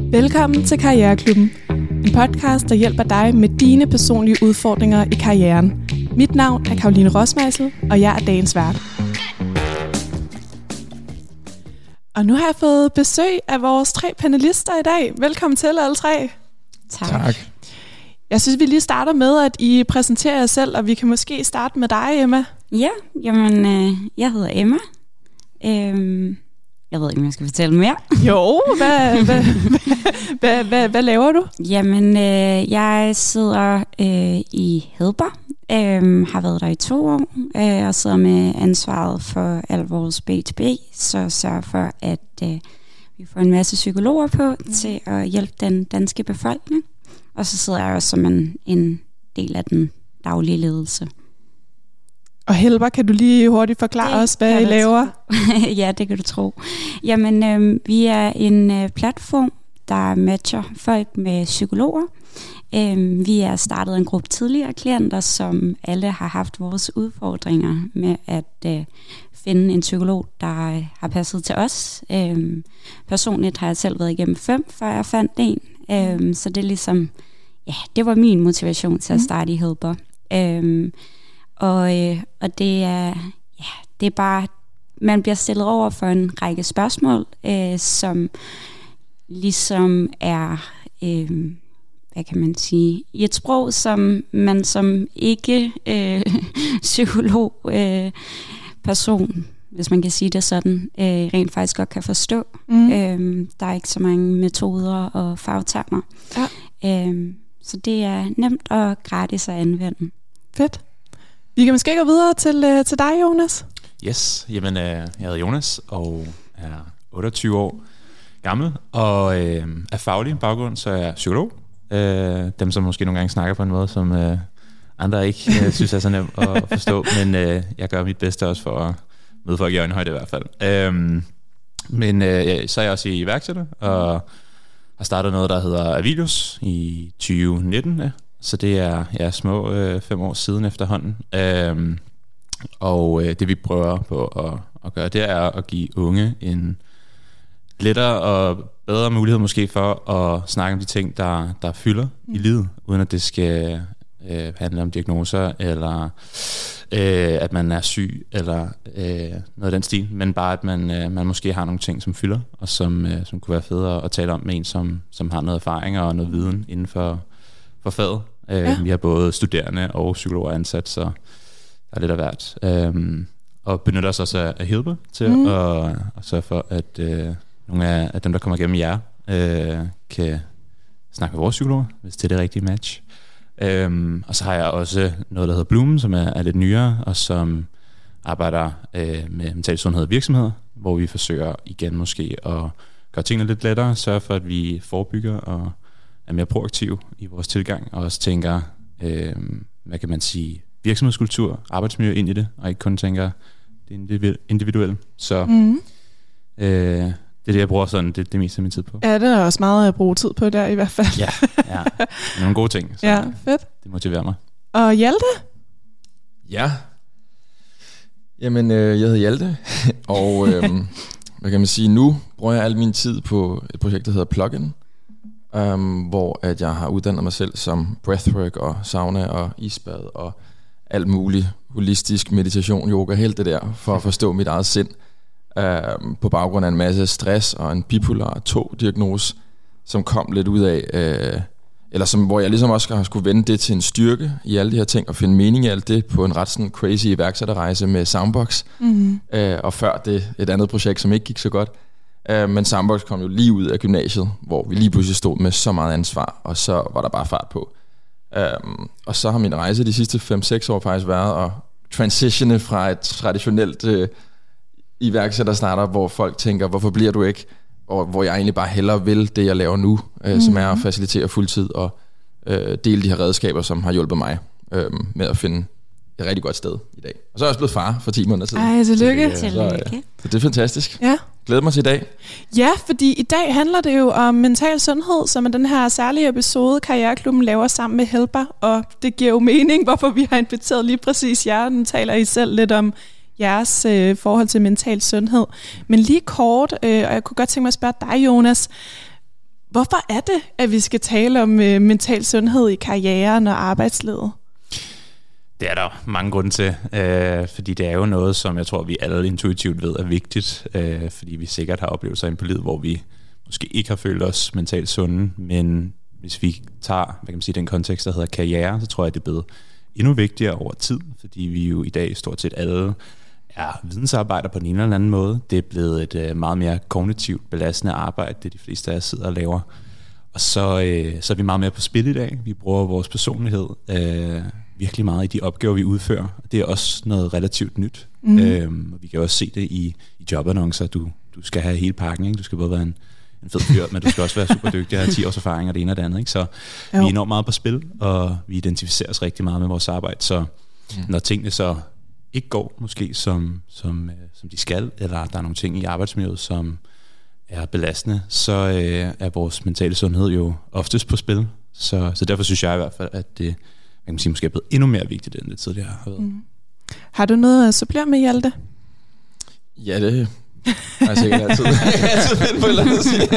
Velkommen til Karriereklubben, en podcast, der hjælper dig med dine personlige udfordringer i karrieren. Mit navn er Karoline Rosmeisel, og jeg er dagens vært. Og nu har jeg fået besøg af vores 3 panelister i dag. Velkommen til alle 3. Tak. Jeg synes, vi lige starter med, at I præsenterer jer selv, og vi kan måske starte med dig, Emma. Ja, jamen, jeg hedder Emma. Jeg ved ikke, om jeg skal fortælle mere. Jo, hvad laver du? Jamen, jeg sidder i Helper, har været der i 2 år, og sidder med ansvaret for al vores B2B, så sørger for, at vi får en masse psykologer på til at hjælpe den danske befolkning. Og så sidder jeg også som en del af den daglige ledelse. Og Helper, kan du lige hurtigt forklare os, hvad I laver? Ja, det kan du tro. Jamen, vi er en platform, der matcher folk med psykologer. Vi er startet en gruppe tidligere klienter, som alle har haft vores udfordringer med at finde en psykolog, der har passet til os. Personligt har jeg selv været igennem 5, før jeg fandt en. Så det er ligesom, ja, det var min motivation til at starte i Helper. Og det er bare, man bliver stillet over for en række spørgsmål, som ligesom er, hvad kan man sige, i et sprog, som man som ikke psykolog person, hvis man kan sige det sådan, rent faktisk godt kan forstå. Der er ikke så mange metoder og fagtermer. Ja. Så det er nemt og gratis at anvende. Fedt. Vi kan måske gå videre til dig, Jonas. Yes, jamen jeg hedder Jonas og er 28 år gammel og er faglig baggrund, så er jeg psykolog. Dem, som måske nogle gange snakker på en måde, som andre ikke synes er så nemt at forstå, men jeg gør mit bedste også for at møde folk i øjenhøjde i hvert fald. Så er jeg også iværksætter og har startet noget, der hedder Avilius i 2019, så det er små 5 år siden efterhånden. Og det vi prøver på at gøre, det er at give unge en lettere og bedre mulighed måske for at snakke om de ting, der fylder i livet, uden at det skal handle om diagnoser, eller at man er syg, eller noget af den stil, men bare at man måske har nogle ting, som fylder, og som kunne være federe at tale om med en, som har noget erfaring og noget viden inden for faget. Vi har både studerende og psykologer ansat, så der er lidt af hvert. Og benytter os også af Helper til at sørge for, at nogle af dem, der kommer igennem jer, kan snakke med vores psykologer, hvis det er det rigtige match. Og så har jeg også noget, der hedder Bloom, som er lidt nyere, og som arbejder med mental sundhed og virksomheder, hvor vi forsøger igen måske at gøre tingene lidt lettere, sørge for, at vi forebygger og er mere proaktiv i vores tilgang, og også tænker, hvad kan man sige, virksomhedskultur, arbejdsmiljø ind i det, og ikke kun tænker det individuelle. Så det er det, jeg bruger sådan det meste af min tid på. Ja, det er også meget at bruge tid på der i hvert fald. Ja, nogle gode ting. Så ja, fedt. Det motiverer mig. Og Hjalte? Ja. Jamen, jeg hedder Hjalte, og hvad kan man sige, nu bruger jeg al min tid på et projekt, der hedder Plugin, hvor at jeg har uddannet mig selv som breathwork og sauna og isbad og alt muligt holistisk meditation, yoga, helt det der, for at forstå mit eget sind. På baggrund af en masse stress og en bipolar 2-diagnose, som kom lidt ud af, hvor jeg ligesom også har skulle vende det til en styrke i alle de her ting, og finde mening i alt det på en ret sådan crazy iværksætterrejse med Soundbox. Og før det et andet projekt, som ikke gik så godt. Men Soundbox kom jo lige ud af gymnasiet, hvor vi lige pludselig stod med så meget ansvar, og så var der bare fart på. Og så har min rejse de sidste 5-6 år faktisk været at transitione fra et traditionelt iværksætter-startup, hvor folk tænker, hvorfor bliver du ikke? Og hvor jeg egentlig bare hellere vil det, jeg laver nu, som er at facilitere fuldtid og dele de her redskaber, som har hjulpet mig med at finde et rigtig godt sted i dag. Og så er jeg også blevet far for 10 måneder siden. Ej, tillykke. Så det er fantastisk. Ja. Glæder mig til i dag. Ja, fordi i dag handler det jo om mental sundhed, som er den her særlige episode, Karriereklubben laver sammen med Helper, og det giver jo mening, hvorfor vi har inviteret lige præcis jer. Nu taler I selv lidt om jeres forhold til mental sundhed. Men lige kort, og jeg kunne godt tænke mig at spørge dig, Jonas, Hvorfor er det, at vi skal tale om mental sundhed i karrieren og arbejdslivet? Det er der mange grunde til, fordi det er jo noget, som jeg tror, vi alle intuitivt ved er vigtigt, fordi vi sikkert har oplevelser inde på livet, hvor vi måske ikke har følt os mentalt sunde, men hvis vi tager, den kontekst, der hedder karriere, så tror jeg, det er blevet endnu vigtigere over tid, fordi vi jo i dag stort set alle er vidensarbejder på den ene eller anden måde. Det er blevet et meget mere kognitivt belastende arbejde, det de fleste af os sidder og laver. Og så er vi meget mere på spil i dag. Vi bruger vores personlighed virkelig meget i de opgaver, vi udfører. Det er også noget relativt nyt. Vi kan også se det i jobannoncer. Du skal have hele pakken, ikke? Du skal både være en fed fyr, men du skal også være super dygtig og have 10 års erfaring og det ene og det andet. Ikke? Så vi er enormt meget på spil, og vi identificerer os rigtig meget med vores arbejde. Så når tingene så ikke går måske som de skal, eller der er nogle ting i arbejdsmiljøet, som er belastende, så er vores mentale sundhed jo oftest på spil. Så derfor synes jeg i hvert fald, at det måske er blevet endnu mere vigtigt, end det tidligere har været. Har du noget at supplere med, Hjalte? Ja, det har jeg sikkert altid finde på et eller andet at sige.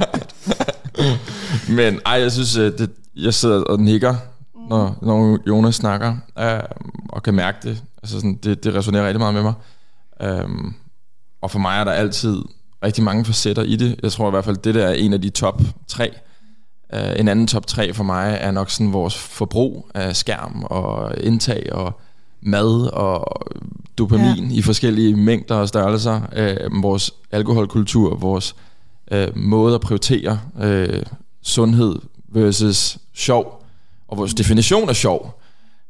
Men jeg synes, jeg sidder og nikker, når Jonas snakker, og kan mærke det. Altså sådan, det resonerer rigtig meget med mig. Og for mig er der altid rigtig mange facetter i det. Jeg tror i hvert fald, det der er en af de top 3. En anden top 3 for mig er nok sådan vores forbrug af skærm og indtag og mad og dopamin i forskellige mængder og størrelser. Vores alkoholkultur, vores måde at prioritere sundhed versus sjov, og vores definition af sjov,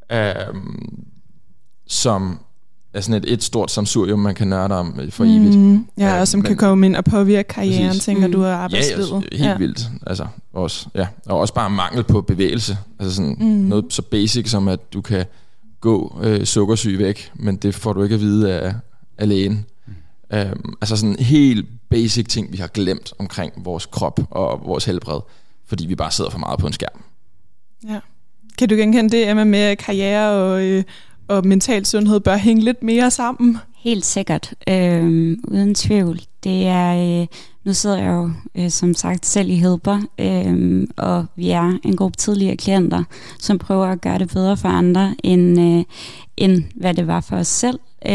som er sådan et stort sammensurium, man kan nørde om for evigt. Ja, og som kan komme ind og påvirke karrieren, præcis. Tænker du, og arbejdslivet. Ja, helt vildt. Altså, også, og også bare mangel på bevægelse. Altså sådan noget så basic som, at du kan gå sukkersyg væk, men det får du ikke at vide af lægen. Altså sådan helt basic ting, vi har glemt omkring vores krop og vores helbred, fordi vi bare sidder for meget på en skærm. Ja. Kan du genkende det, Emma, med karriere og mental sundhed bør hænge lidt mere sammen? Helt sikkert, uden tvivl. Det er, nu sidder jeg jo som sagt selv i Helper, og vi er en gruppe tidligere klienter, som prøver at gøre det bedre for andre, end hvad det var for os selv.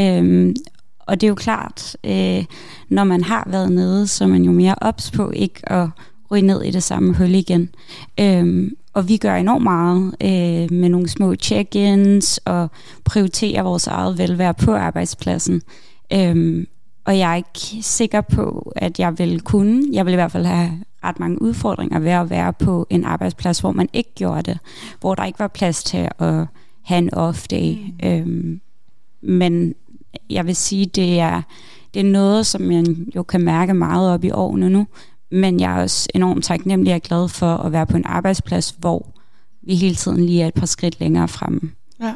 Og det er jo klart, når man har været nede, så er man jo mere ops på ikke at ryge ned i det samme hul igen. Og vi gør enormt meget med nogle små check-ins og prioriterer vores eget velvære på arbejdspladsen. Og jeg er ikke sikker på, at jeg vil kunne. Jeg vil i hvert fald have ret mange udfordringer ved at være på en arbejdsplads, hvor man ikke gjorde det. Hvor der ikke var plads til at have en off-day. Men jeg vil sige, det er noget, som man jo kan mærke meget op i årene nu. Men jeg er også enormt taknemmelig og glad for at være på en arbejdsplads, hvor vi hele tiden lige er et par skridt længere fremme. Ja.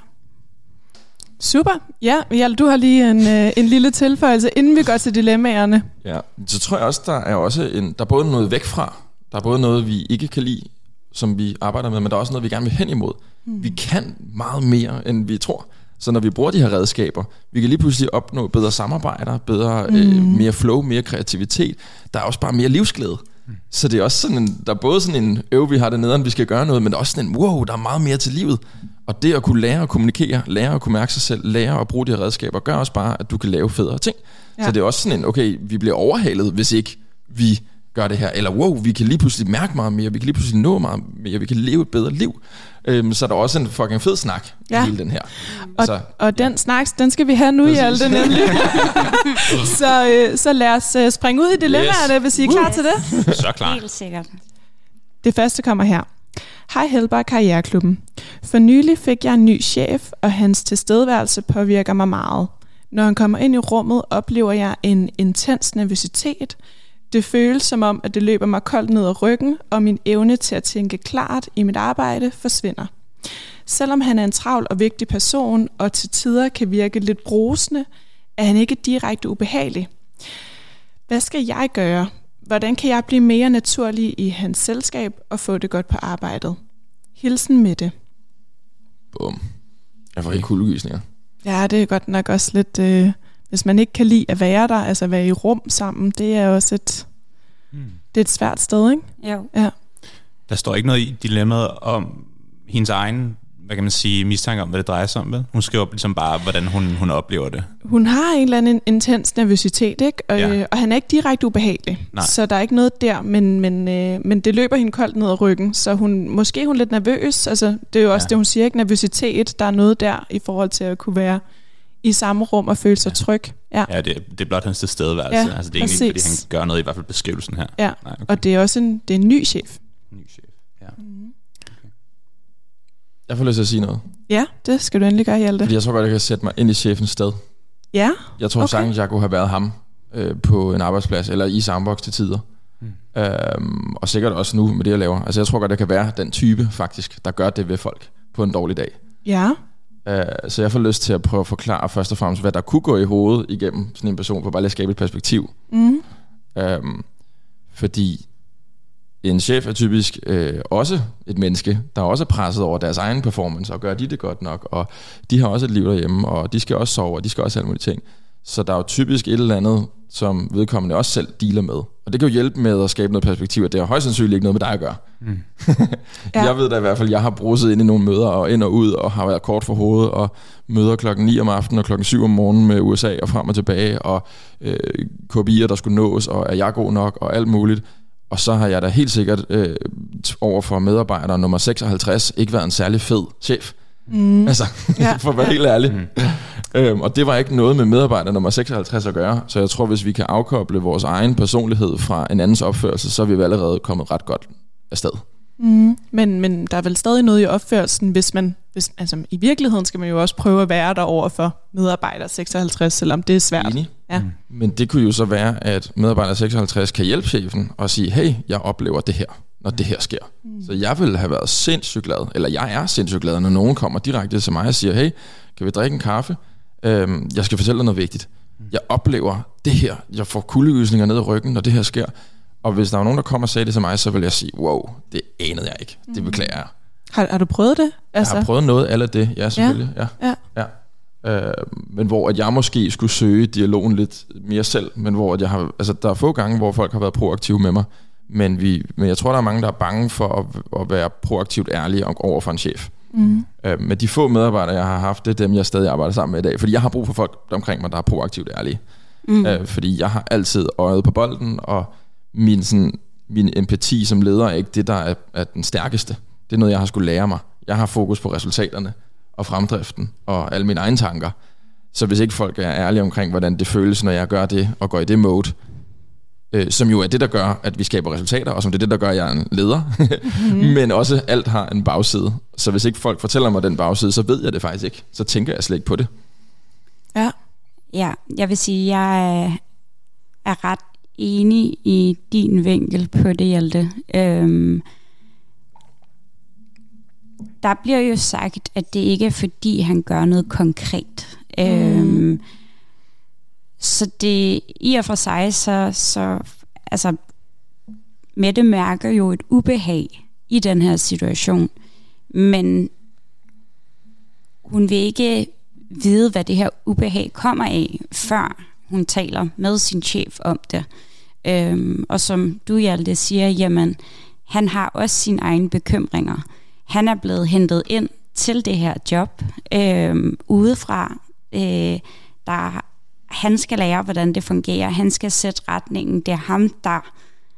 Super. Ja, Hjalte, du har lige en lille tilføjelse, inden vi går til dilemmaerne. Ja, så tror jeg også, der er både noget væk fra. Der er både noget, vi ikke kan lide, som vi arbejder med, men der er også noget, vi gerne vil hen imod. Vi kan meget mere, end vi tror. Så når vi bruger de her redskaber, vi kan lige pludselig opnå bedre samarbejder, mere flow, mere kreativitet. Der er også bare mere livsglæde. Så det er også sådan der er både sådan en vi har det nederen, vi skal gøre noget, men der er også sådan en der er meget mere til livet. Og det at kunne lære at kommunikere, lære at kunne mærke sig selv, lære at bruge de her redskaber, gør også bare, at du kan lave federe ting. Ja. Så det er også sådan en, vi bliver overhalet, hvis ikke vi gør det her. Eller vi kan lige pludselig mærke meget mere, vi kan lige pludselig nå meget mere, vi kan leve et bedre liv. Så der er også en fucking fed snak i hele den her. Og den snak, den skal vi have nu, Hjalte, nemlig. så lad os springe ud i dilemmaerne, hvis I er klar til det. Så klar. Helt sikkert. Det første kommer her. Hej Helper Karriereklubben. For nylig fik jeg en ny chef, og hans tilstedeværelse påvirker mig meget. Når han kommer ind i rummet, oplever jeg en intens nervøsitet. Det føles som om, at det løber mig koldt ned ad ryggen, og min evne til at tænke klart i mit arbejde forsvinder. Selvom han er en travl og vigtig person, og til tider kan virke lidt brusende, er han ikke direkte ubehagelig. Hvad skal jeg gøre? Hvordan kan jeg blive mere naturlig i hans selskab og få det godt på arbejdet? Hilsen Mette. Bum. Jeg får helt kuldegysninger. Ja, det er godt nok også lidt... Hvis man ikke kan lide at være der, altså være i rum sammen, det er også Det er et svært sted, ikke? Jo. Ja. Der står ikke noget i dilemmaet om hendes egen, hvad kan man sige, mistanke om, hvad det drejer sig om, vel? Hun skriver ligesom bare, hvordan hun oplever det. Hun har en eller anden intens nervøsitet, ikke? Og han er ikke direkte ubehagelig. Nej. Så der er ikke noget der, men det løber hende koldt ned ad ryggen. Så måske er hun lidt nervøs. Altså, det er jo også det, hun siger, ikke? Nervøsitet, der er noget der i forhold til at kunne være i samme rum og føle sig tryg. Ja, det er blot hans tilstedeværelse. Altså, det er egentlig ikke, fordi han gør noget, i hvert fald beskrivelsen her. Ja, nej, okay. Og det er også en ny chef. Ny chef, ja. Okay. Jeg får lyst til at sige noget. Ja, det skal du endelig gøre, Hjalte. Fordi jeg tror godt, jeg kan sætte mig ind i chefens sted. Ja, Jeg tror sagtens, jeg kunne have været ham på en arbejdsplads, eller i Sandbox til tider. Og sikkert også nu med det, jeg laver. Altså jeg tror godt, jeg kan være den type, faktisk, der gør det ved folk på en dårlig dag. Ja. Så jeg får lyst til at prøve at forklare først og fremmest, hvad der kunne gå i hovedet igennem sådan en person, for bare lige at skabe et perspektiv. Fordi en chef er typisk også et menneske, der også er presset over deres egen performance, og gør de det godt nok, og de har også et liv derhjemme, og de skal også sove, og de skal også alle mulige ting. Så der er jo typisk et eller andet, som vedkommende også selv dealer med. Og det kan jo hjælpe med at skabe noget perspektiv, at det har højst sandsynligt ikke noget med dig at gøre. Ja. Jeg ved da i hvert fald, at jeg har bruset ind i nogle møder, og ind og ud, og har været kort for hovedet, og møder 9:00 om aftenen og 7:00 om morgenen med USA, og frem og tilbage, og KPI'er, der skulle nås, og er jeg god nok, og alt muligt. Og så har jeg da helt sikkert over for medarbejder nummer 56 ikke været en særlig fed chef. Altså, for at være helt ærlig. Og det var ikke noget med medarbejder nummer 56 at gøre. Så jeg tror, hvis vi kan afkoble vores egen personlighed fra en andens opførsel, så er vi allerede kommet ret godt afsted. Men der er vel stadig noget i opførelsen, hvis altså i virkeligheden skal man jo også prøve at være der over for medarbejder 56, selvom det er svært. Enig. Ja. Men det kunne jo så være, at medarbejder 56 kan hjælpe chefen og sige, hey, jeg oplever det her, når det her sker. Så jeg vil have været sindssygt glad, eller jeg er sindssygt glad, når nogen kommer direkte til mig og siger, hey, kan vi drikke en kaffe? Jeg skal fortælle dig noget vigtigt. Jeg oplever det her. Jeg får kuldegysninger ned i ryggen, når det her sker. Og hvis der var nogen, der kommer og sagde det til mig, så vil jeg sige, wow, det anede jeg ikke. Det beklager jeg. Har du prøvet det? Altså? Jeg har prøvet noget af det, ja, selvfølgelig. Ja. Men hvor at jeg måske skulle søge dialogen lidt mere selv, men hvor at jeg har, altså der er få gange, hvor folk har været proaktive med mig, men jeg tror, der er mange, der er bange for at være proaktivt ærlige over for en chef. Men de få medarbejdere, jeg har haft, det er dem, jeg stadig arbejder sammen med i dag, fordi jeg har brug for folk omkring mig, der er proaktivt ærlige. Fordi jeg har altid øjet på bolden, og min empati som leder er ikke det, der er den stærkeste. Det er noget, jeg har skulle lære mig. Jeg har fokus på resultaterne og fremdriften og alle mine egne tanker. Så hvis ikke folk er ærlige omkring, hvordan det føles, når jeg gør det og går i det mode, som jo er det, der gør, at vi skaber resultater, og som det er det, der gør, at jeg er en leder, men også alt har en bagside. Så hvis ikke folk fortæller mig den bagside, så ved jeg det faktisk ikke. Så tænker jeg slet ikke på det. Ja, jeg vil sige, at jeg er ret enig i din vinkel på det, Hjalte. Der bliver jo sagt, at det ikke er fordi, han gør noget konkret. Så det i og for sig, så altså, Mette mærker jo et ubehag i den her situation, men hun vil ikke vide, hvad det her ubehag kommer af, før hun taler med sin chef om det. Og som du, Hjalte, siger, jamen, han har også sine egne bekymringer. Han er blevet hentet ind til det her job udefra. Han skal lære, hvordan det fungerer. Han skal sætte retningen. Det er ham, der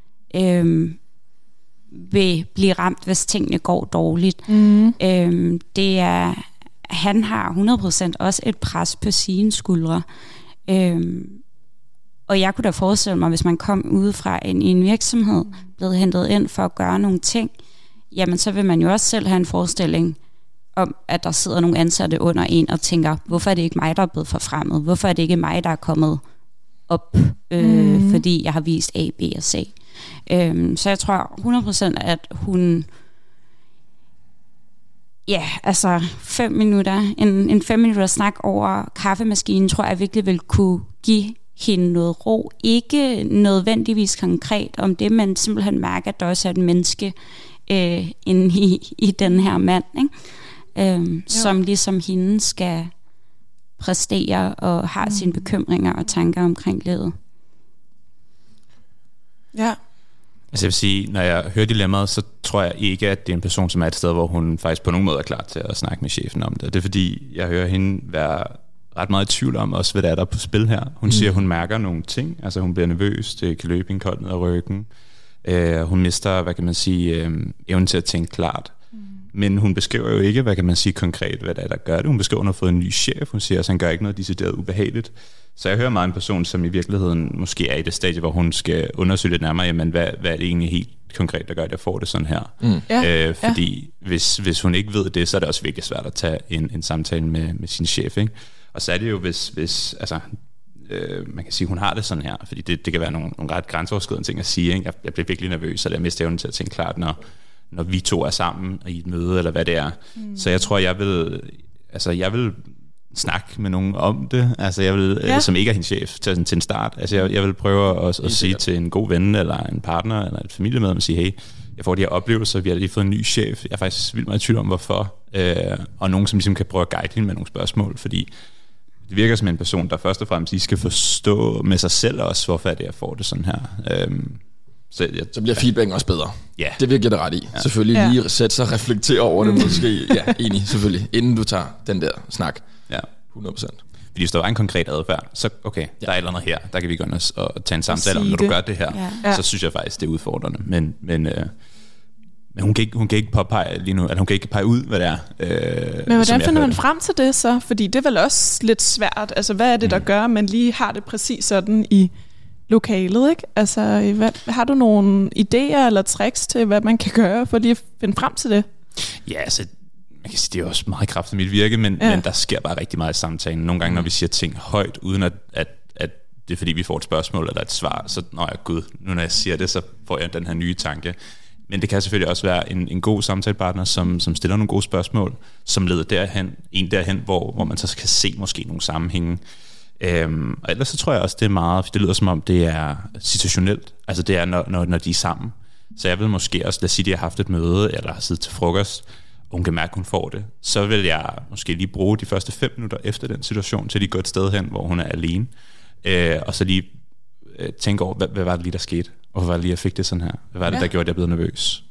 vil blive ramt, hvis tingene går dårligt. Han har 100% også et pres på sine skuldre. Og jeg kunne da forestille mig, hvis man kom udefra i en virksomhed, blevet hentet ind for at gøre nogle ting, jamen så vil man jo også selv have en forestilling om, at der sidder nogle ansatte under en og tænker, hvorfor er det ikke mig, der er blevet forfremmet? Hvorfor er det ikke mig, der er kommet op, fordi jeg har vist A, B og C? Så jeg tror 100%, at hun... Ja, altså 5 minutter, en 5 minutter snak over kaffemaskinen, tror jeg virkelig vil kunne give hende noget ro. Ikke nødvendigvis konkret om det, men simpelthen mærke, at der også er et menneske inde i den her mand, ikke? Som ligesom hende skal præstere og har sine bekymringer og tanker omkring livet. Ja. Altså jeg vil sige, når jeg hører dilemmaet, så tror jeg ikke, at det er en person, som er et sted, hvor hun faktisk på nogen måde er klar til at snakke med chefen om det. Det er fordi, jeg hører hende være ret meget i tvivl om også, hvad der er der på spil her. Hun siger, at hun mærker nogle ting. Altså hun bliver nervøs, det kan løbe en kold ned ad ryggen. Hun mister, hvad kan man sige, evnen til at tænke klart. Men hun beskriver jo ikke, hvad kan man sige konkret, hvad det er, der gør det. Hun beskriver, at hun har fået en ny chef. Hun siger, at han gør ikke noget decideret ubehageligt. Så jeg hører meget en person, som i virkeligheden måske er i det stadie, hvor hun skal undersøge lidt nærmere, jamen hvad er det egentlig helt konkret, der gør, at jeg får det sådan her. Fordi hvis hun ikke ved det, så er det også virkelig svært at tage en samtale med sin chef. Ikke? Og så er det jo, hvis altså, man kan sige, hun har det sådan her, fordi det kan være nogle ret grænseoverskridende ting at sige. Ikke? Jeg bliver virkelig nervøs, og jeg mister evnen til at tænke klart, når vi to er sammen i et møde, eller hvad det er. Så jeg tror, jeg vil snakke med nogen om det, altså jeg vil, som ikke er hendes chef til en start. Altså jeg vil prøve at sige til en god ven, eller en partner, eller et familiemedlem, og sige, hey, jeg får de her oplevelser, vi har lige fået en ny chef, jeg er faktisk vildt meget i tvivl om, hvorfor, og nogen, som ligesom kan prøve at guide hende med nogle spørgsmål, fordi det virker som en person, der først og fremmest lige skal forstå med sig selv også, hvorfor er det, jeg får det sådan her. Så bliver feedbacken også bedre. Ja. Det vil jeg give dig ret i. Ja. Selvfølgelig lige sætte sig og reflektere over det måske. Ja, enig, selvfølgelig. Inden du tager den der snak. Ja. 100%. Fordi hvis der var en konkret adfærd, så okay, der er et eller andet her, der kan vi gå ind og tage en samtale om, når du gør det her, så synes jeg faktisk, det er udfordrende. Men hun kan ikke påpege lige nu, at hun kan ikke pege ud, hvad det er. Men hvordan finder man frem til det så? Fordi det er vel også lidt svært. Altså, hvad er det, der gør, at man lige har det præcis sådan i lokalet, ikke? Altså, har du nogle idéer eller tricks til, hvad man kan gøre for lige at finde frem til det? Ja, altså, man kan sige, det er også meget kraftigt mit virke, men der sker bare rigtig meget i samtalen. Nogle gange, når vi siger ting højt, uden at det er fordi, vi får et spørgsmål eller et svar, så gud, nu når jeg siger det, så får jeg den her nye tanke. Men det kan selvfølgelig også være en god samtalepartner, som stiller nogle gode spørgsmål, som leder derhen, hvor man så kan se måske nogle sammenhænge. Og ellers så tror jeg også, det er meget, det lyder som om, det er situationelt. Altså det er, når de er sammen. Så jeg vil måske også, lad os sige, at de har haft et møde, eller har siddet til frokost, og hun kan mærke, at hun får det. Så vil jeg måske lige bruge de første 5 minutter efter den situation, til de går et sted hen, hvor hun er alene. Og så lige tænke over, hvad var det lige, der skete? Hvorfor var det lige, jeg fik det sådan her? Hvad var det, der gjorde, at jeg blev nervøs?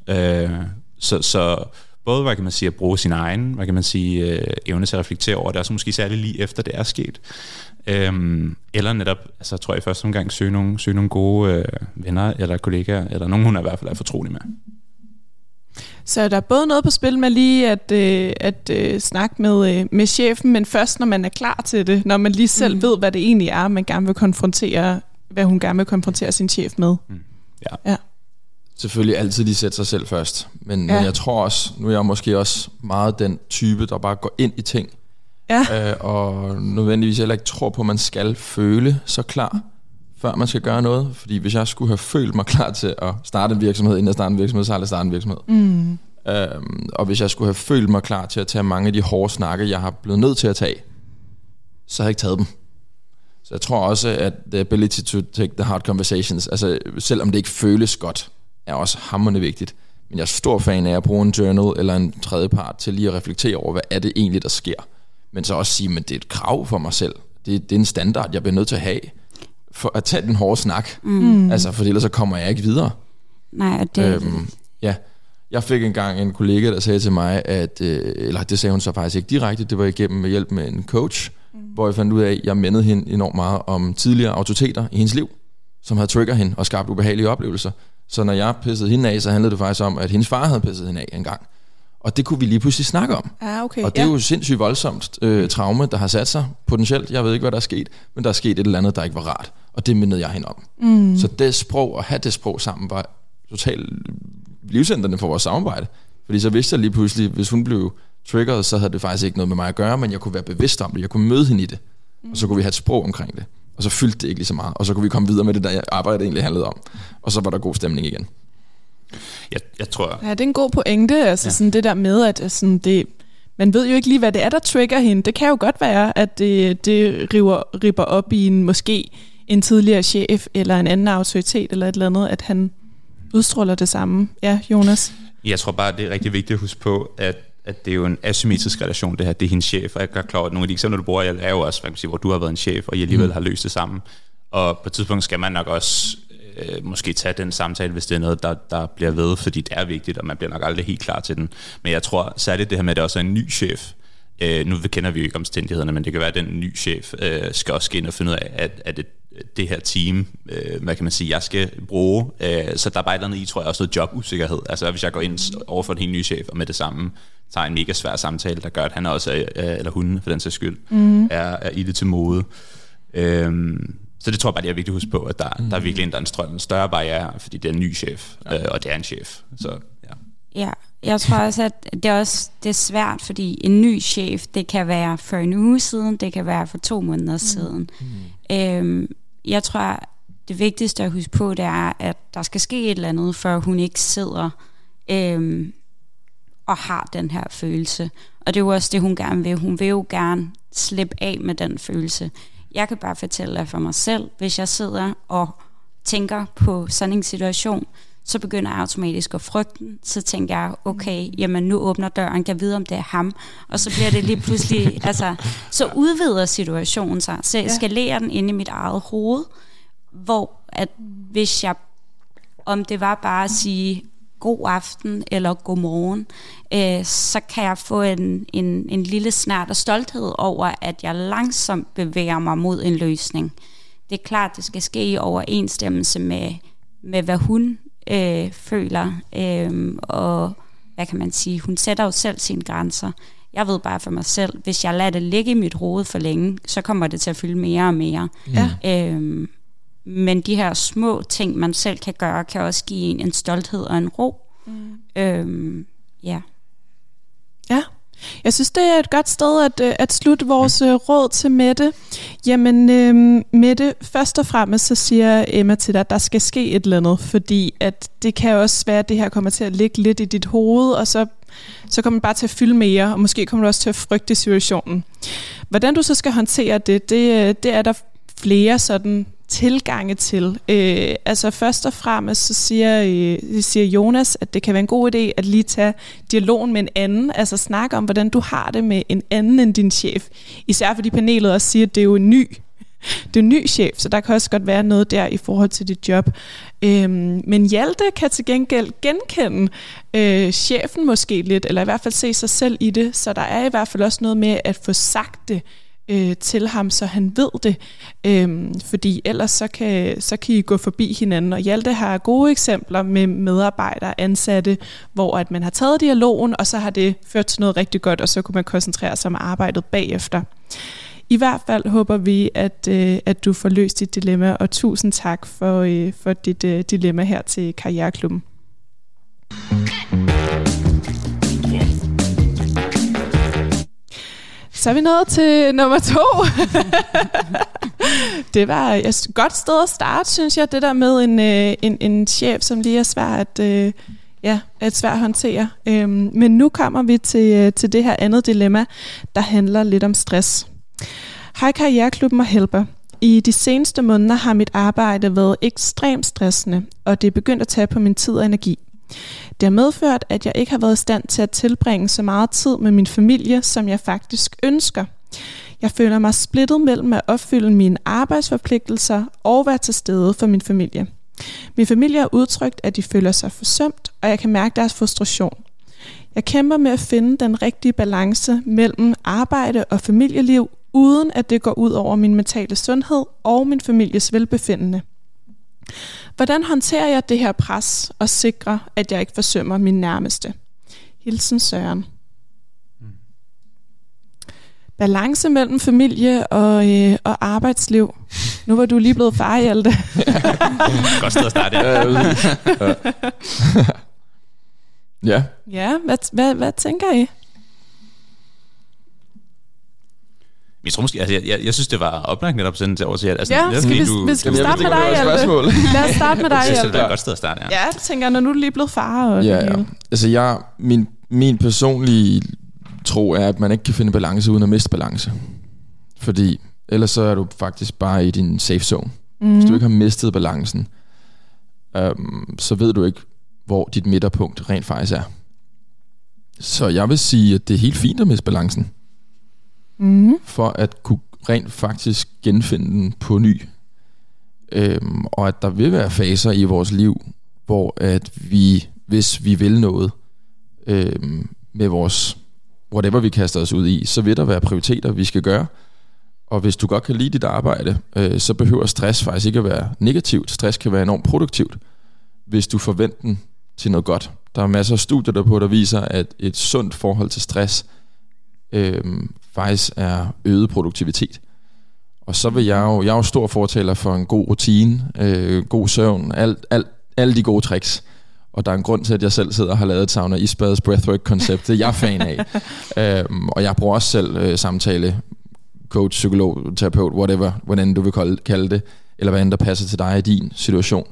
Så både, hvad kan man sige, at bruge sin egen, hvad kan man sige, evne til at reflektere over det, og så måske særligt lige efter det er sket. Eller netop, altså tror jeg i første omgang, søge nogle gode venner eller kollegaer, eller nogen, hun i hvert fald er fortrolig med. Så der er både noget på spil med lige at snakke med chefen, men først når man er klar til det, når man lige selv ved, hvad det egentlig er, man gerne vil konfrontere, hvad hun gerne vil konfrontere sin chef med. Ja. Selvfølgelig altid lige sætte sig selv først, men jeg tror også, nu er jeg måske også meget den type, der bare går ind i ting, og nødvendigvis heller ikke tror på, at man skal føle så klar, før man skal gøre noget. Fordi hvis jeg skulle have følt mig klar til at starte en virksomhed, inden jeg starter en virksomhed, så har jeg startet en virksomhed. Og hvis jeg skulle have følt mig klar til at tage mange af de hårde snakke, jeg har blevet nødt til at tage, så har jeg ikke taget dem. Så jeg tror også, at the ability to take the hard conversations, altså selvom det ikke føles godt, er også hamrende vigtigt. Men jeg er stor fan af at bruge en journal eller en tredjepart til lige at reflektere over, hvad er det egentlig, der sker. Men så også sige, at det er et krav for mig selv. Det er en standard, jeg bliver nødt til at have, for at tage den hårde snak. Altså, for ellers så kommer jeg ikke videre. Nej, det... Jeg fik engang en kollega, der sagde til mig, at, eller det sagde hun så faktisk ikke direkte, det var igennem med hjælp med en coach, hvor jeg fandt ud af, at jeg mindede hende enormt meget om tidligere autoriteter i hendes liv, som havde trigget hende og skabt ubehagelige oplevelser. Så når jeg pissede hende af, så handlede det faktisk om, at hendes far havde pisset hende af en gang. Og det kunne vi lige pludselig snakke om. Okay, og det er jo sindssygt voldsomt traume, der har sat sig potentielt. Jeg ved ikke, hvad der er sket, men der er sket et eller andet, der ikke var rart. Og det mindede jeg hende om. Så det sprog, og have det sprog sammen, var totalt livsændrende for vores samarbejde. Fordi så vidste jeg lige pludselig, hvis hun blev triggeret, så havde det faktisk ikke noget med mig at gøre, men jeg kunne være bevidst om det. Jeg kunne møde hende i det. Og så kunne vi have et sprog omkring det. Og så fyldte det ikke lige så meget. Og så kunne vi komme videre med det, der arbejdet egentlig handlede om. Og så var der god stemning igen. Jeg tror... Ja, det er en god pointe. Altså sådan det der med, at sådan det... Man ved jo ikke lige, hvad det er, der trigger hende. Det kan jo godt være, at det ripper op i måske en tidligere chef, eller en anden autoritet, eller et eller andet, at han udstråler det samme. Ja, Jonas? Jeg tror bare, det er rigtig vigtigt at huske på, at det er jo en asymmetrisk relation, det her. Det er hendes chef, og jeg er klar, at nogle af de eksempler, du bruger, er jo også, hvad kan man sige, hvor du har været en chef, og I alligevel har løst det sammen. Og på et tidspunkt skal man nok også måske tage den samtale, hvis det er noget, der bliver ved, fordi det er vigtigt, og man bliver nok aldrig helt klar til den. Men jeg tror særligt det her med, at det også er en ny chef. Nu kender vi jo ikke omstændighederne, men det kan være, at den nye chef skal også ind og finde ud af, at det her team, hvad kan man sige, jeg skal bruge. Så der er bare et eller andet i, tror jeg, også noget jobusikkerhed. Altså hvis jeg går ind over for en helt ny chef, og med det samme tager en mega svær samtale, der gør, at han også, eller hun for den sags skyld, er i det til mode. Så det tror jeg bare, det er vigtigt at huske på, at der er virkelig en større barriere, fordi det er en ny chef, og det er en chef. Så, ja, jeg tror også, at det er svært, fordi en ny chef, det kan være for en uge siden, det kan være for 2 måneder siden. Jeg tror, det vigtigste at huske på, det er, at der skal ske et eller andet, før hun ikke sidder og har den her følelse. Og det er jo også det, hun gerne vil. Hun vil jo gerne slippe af med den følelse. Jeg kan bare fortælle dig for mig selv, hvis jeg sidder og tænker på sådan en situation, så begynder jeg automatisk at frygte. Så tænker jeg, okay, jamen nu åbner døren, kan vide, om det er ham. Og så bliver det lige pludselig, altså, så udvider situationen sig. Så jeg eskalerer den inde i mit eget hoved, hvor at hvis jeg, om det var bare at sige god aften eller god morgen, så kan jeg få en lille snert af stolthed over, at jeg langsomt bevæger mig mod en løsning. Det er klart, det skal ske i overensstemmelse med hvad hun føler, og hvad kan man sige, hun sætter jo selv sine grænser. Jeg ved bare for mig selv, hvis jeg lader det ligge i mit hoved for længe, så kommer det til at fylde mere og mere. Men de her små ting, man selv kan gøre, kan også give en stolthed og en ro. Ja, jeg synes, det er et godt sted at slutte vores råd til Mette. Jamen, Mette, først og fremmest så siger Emma til dig, at der skal ske et eller andet, fordi at det kan også være, at det her kommer til at ligge lidt i dit hoved, og så kommer det bare til at fylde mere, og måske kommer du også til at frygte situationen. Hvordan du så skal håndtere det er der flere sådan tilgange til. Altså først og fremmest så siger Jonas, at det kan være en god idé at lige tage dialogen med en anden, altså snakke om, hvordan du har det med en anden end din chef. Især fordi panelet også siger, at det er jo en ny chef, så der kan også godt være noget der i forhold til dit job. Men Hjalte kan til gengæld genkende chefen måske lidt, eller i hvert fald se sig selv i det, så der er i hvert fald også noget med at få sagt det til ham, så han ved det, fordi ellers så kan I gå forbi hinanden. Og Hjalte har gode eksempler med medarbejdere, ansatte, hvor at man har taget dialogen, og så har det ført til noget rigtig godt, og så kunne man koncentrere sig om arbejdet bagefter. I hvert fald håber vi, at du får løst dit dilemma, og tusind tak for dit dilemma her til Karriereklubben. Så er vi nået til nummer 2. Det var et godt sted at starte, synes jeg, det der med en chef, som lige er svært at håndtere. Men nu kommer vi til det her andet dilemma, der handler lidt om stress. Hej Karriereklubben og Helper. I de seneste måneder har mit arbejde været ekstremt stressende, og det er begyndt at tage på min tid og energi. Det har medført, at jeg ikke har været i stand til at tilbringe så meget tid med min familie, som jeg faktisk ønsker. Jeg føler mig splittet mellem at opfylde mine arbejdsforpligtelser og være til stede for min familie. Min familie har udtrykt, at de føler sig forsømt, og jeg kan mærke deres frustration. Jeg kæmper med at finde den rigtige balance mellem arbejde og familieliv, uden at det går ud over min mentale sundhed og min families velbefindende. Hvordan håndterer jeg det her pres og sikrer, at jeg ikke forsømmer min nærmeste? Hilsen Søren. Balance mellem familie og arbejdsliv. Nu var du lige blevet far, Hjalte. Godt sted at starte, ja. Ja, hvad tænker I? Jeg tror måske, altså jeg synes, det var oplagt netop sådan til over til, altså, ja, skal vi starte med dig, Hjalte? Lad os starte med dig, Hjalte. Jeg synes, det er et godt sted at starte, ja. Ja, det tænker jeg, når nu er du lige blevet far. Og altså min personlige tro er, at man ikke kan finde balance uden at miste balance. Fordi ellers så er du faktisk bare i din safe zone. Hvis du ikke har mistet balancen, så ved du ikke, hvor dit midterpunkt rent faktisk er. Så jeg vil sige, at det er helt fint at miste balancen. For at kunne rent faktisk genfinde den på ny. Og at der vil være faser i vores liv, hvor at vi, hvis vi vil noget med vores whatever vi kaster os ud i, så vil der være prioriteter, vi skal gøre. Og hvis du godt kan lide dit arbejde, så behøver stress faktisk ikke at være negativt. Stress kan være enormt produktivt, hvis du forventer den til noget godt. Der er masser af studier der viser, at et sundt forhold til stress faktisk er øget produktivitet. Og så vil jeg er jo stor fortaler for en god rutine, god søvn, alle de gode tricks. Og der er en grund til, at jeg selv sidder og har lavet et sauna isbads breathwork-koncept. Det er jeg fan af. Og jeg bruger også selv samtale, coach, psykolog, terapeut, whatever, hvordan du vil kalde det, eller hvad end der passer til dig i din situation.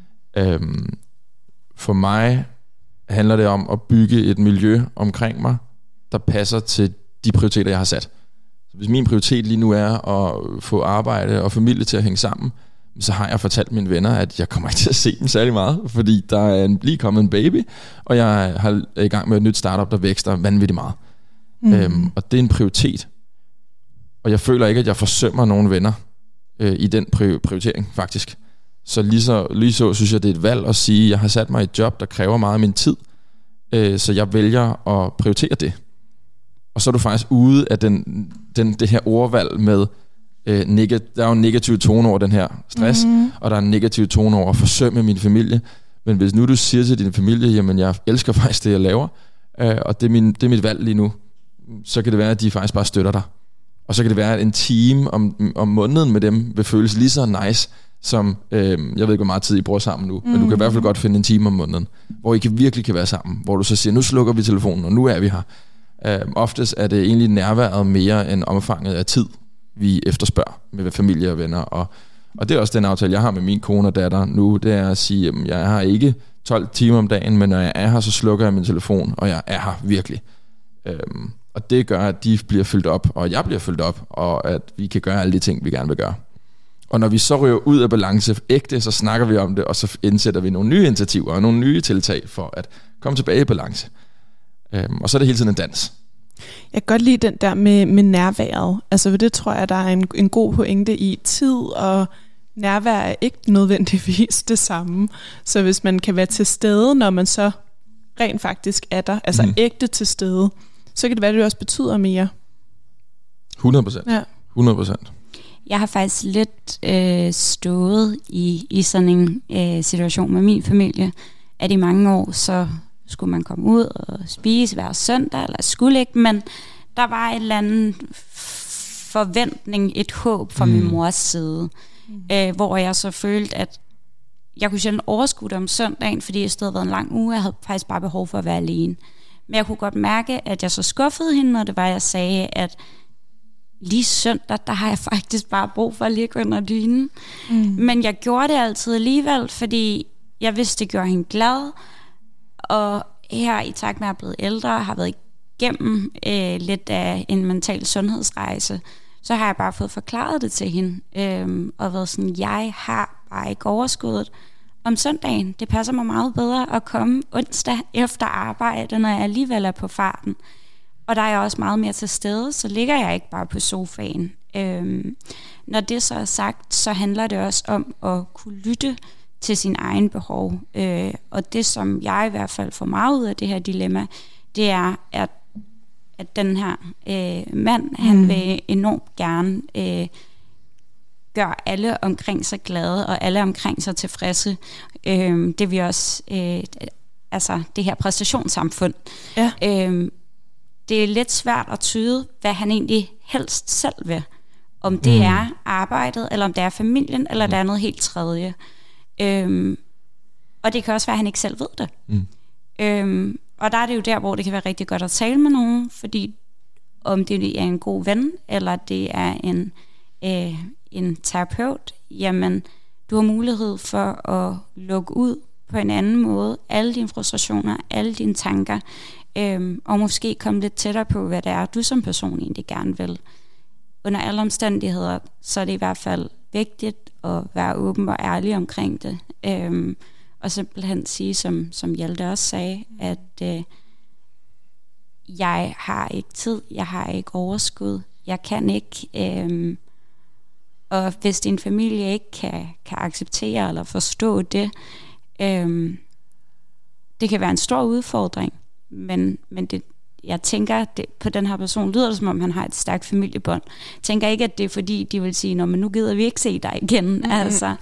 For mig handler det om at bygge et miljø omkring mig, der passer til de prioriteter, jeg har sat. Så hvis min prioritet lige nu er at få arbejde og familie til at hænge sammen, så har jeg fortalt mine venner, at jeg kommer ikke til at se dem særlig meget, fordi der er lige kommet en baby, og jeg er i gang med et nyt startup, der vækster vanvittigt meget. Og det er en prioritet. Og jeg føler ikke, at jeg forsømmer nogen venner i den prioritering, faktisk. Så lige så synes jeg, det er et valg at sige, at jeg har sat mig i et job, der kræver meget af min tid, så jeg vælger at prioritere det. Og så er du faktisk ude af det her ordvalg med, der er jo en negativ tone over den her stress, og der er en negativ tone over at forsømme min familie. Men hvis nu du siger til din familie, jamen jeg elsker faktisk det, jeg laver, og det er mit valg lige nu, så kan det være, at de faktisk bare støtter dig. Og så kan det være, at en time om måneden med dem vil føles lige så nice, som, jeg ved ikke, hvor meget tid I bruger sammen nu, men du kan i hvert fald godt finde en time om måneden, hvor I virkelig kan være sammen, hvor du så siger, nu slukker vi telefonen, og nu er vi her. Oftest er det egentlig nærværet mere end omfanget af tid, vi efterspørger med familie og venner. Og det er også den aftale, jeg har med min kone og datter nu, det er at sige, at jeg har ikke 12 timer om dagen, men når jeg er her, så slukker jeg min telefon, og jeg er her virkelig. Og det gør, at de bliver fyldt op, og jeg bliver fyldt op, og at vi kan gøre alle de ting, vi gerne vil gøre. Og når vi så ryger ud af balance ægte, så snakker vi om det, og så indsætter vi nogle nye initiativer og nogle nye tiltag for at komme tilbage i balance. Og så er det hele tiden en dans. Jeg kan godt lide den der med nærværet. Altså det tror jeg, der er en god pointe i. Tid og nærvær er ikke nødvendigvis det samme. Så hvis man kan være til stede, når man så rent faktisk er der, altså ægte til stede, så kan det være, at det også betyder mere. 100%. Ja. 100%. Jeg har faktisk lidt stået i sådan en situation med min familie, at i mange år, så skulle man komme ud og spise hver søndag, eller skulle ikke, men der var en eller anden forventning, et håb fra min mors side, hvor jeg så følte, at jeg kunne sjældent overskue det om søndagen, fordi jeg stod og været en lang uge, jeg havde faktisk bare behov for at være alene. Men jeg kunne godt mærke, at jeg så skuffede hende, når det var, jeg sagde, at lige søndag, der har jeg faktisk bare brug for at ligge under dynen. Men jeg gjorde det altid alligevel, fordi jeg vidste, det gjorde hende glad. Og her i takt med, at jeg er blevet ældre, har været igennem lidt af en mental sundhedsrejse, så har jeg bare fået forklaret det til hende. Og været sådan, jeg har bare ikke overskuddet om søndagen. Det passer mig meget bedre at komme onsdag efter arbejde, når jeg alligevel er på farten. Og der er jeg også meget mere til stede, så ligger jeg ikke bare på sofaen. Når det så er sagt, så handler det også om at kunne lytte til sin egen behov. Og det, som jeg i hvert fald får meget ud af det her dilemma, det er, at den her mand, han vil enormt gerne gøre alle omkring sig glade, og alle omkring sig tilfredse. Det vi også, altså det her præstationssamfund. Ja. Det er lidt svært at tyde, hvad han egentlig helst selv vil. Om det er arbejdet, eller om det er familien, eller det er noget helt tredje. Og det kan også være, at han ikke selv ved det. Og der er det jo der, hvor det kan være rigtig godt at tale med nogen, fordi om det er en god ven, eller det er en terapeut, jamen du har mulighed for at lukke ud på en anden måde alle dine frustrationer, alle dine tanker, og måske komme lidt tættere på, hvad det er, du som person egentlig gerne vil. Under alle omstændigheder, så er det i hvert fald vigtigt at være åben og ærlig omkring det. Og simpelthen sige, som Hjalte også sagde, at jeg har ikke tid, jeg har ikke overskud, jeg kan ikke Og hvis din familie ikke kan acceptere eller forstå det, det kan være en stor udfordring, men det, jeg tænker, på den her person lyder det, som om han har et stærkt familiebånd. Jeg tænker ikke, at det er fordi, de vil sige, men nu gider vi ikke se dig igen. Altså,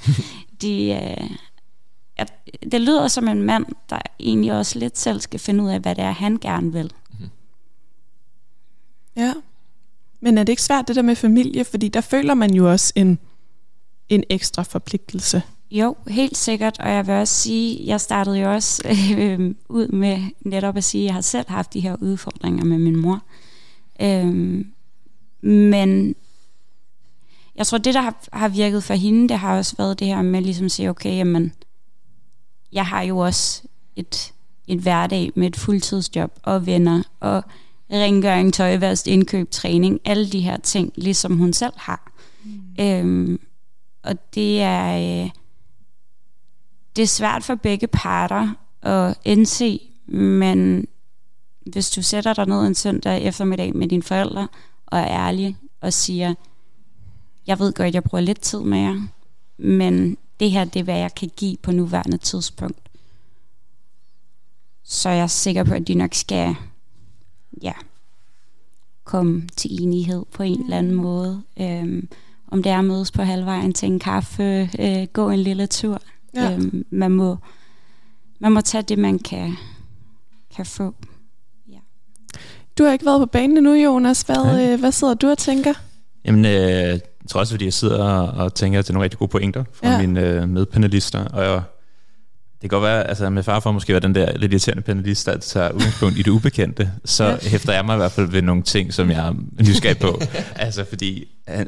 det lyder som en mand, der egentlig også lidt selv skal finde ud af, hvad det er, han gerne vil. Ja, men er det ikke svært det der med familie? Fordi der føler man jo også en ekstra forpligtelse. Jo, helt sikkert, og jeg vil også sige, jeg startede jo også ud med netop at sige, at jeg har selv haft de her udfordringer med min mor. Men jeg tror, det der har virket for hende, det har også været det her med ligesom at sige, okay, jamen, jeg har jo også et hverdag med et fuldtidsjob og venner og rengøring, tøjvask, indkøb, træning, alle de her ting, ligesom hun selv har. Og det er svært for begge parter at indse, men hvis du sætter dig ned en søndag eftermiddag med dine forældre og er ærlig og siger, jeg ved godt, jeg bruger lidt tid med jer, men det her, det er, hvad jeg kan give på nuværende tidspunkt. Så jeg er sikker på, at de nok skal komme til enighed på en eller anden måde. Om det er at mødes på halvvejen til en kaffe, gå en lille tur. Ja. Man må tage det, man kan få. Ja. Du har ikke været på banen endnu, Jonas. Hvad sidder du og tænker? Jamen, jeg tror også, fordi jeg sidder og tænker til nogle rigtig gode pointer fra mine medpanelister. Og det kan godt være, altså med far for måske være den der lidt irriterende panelist, der tager udgangspunkt i det ubekendte, så hæfter jeg mig i hvert fald ved nogle ting, som jeg er nysgerrig på. Altså fordi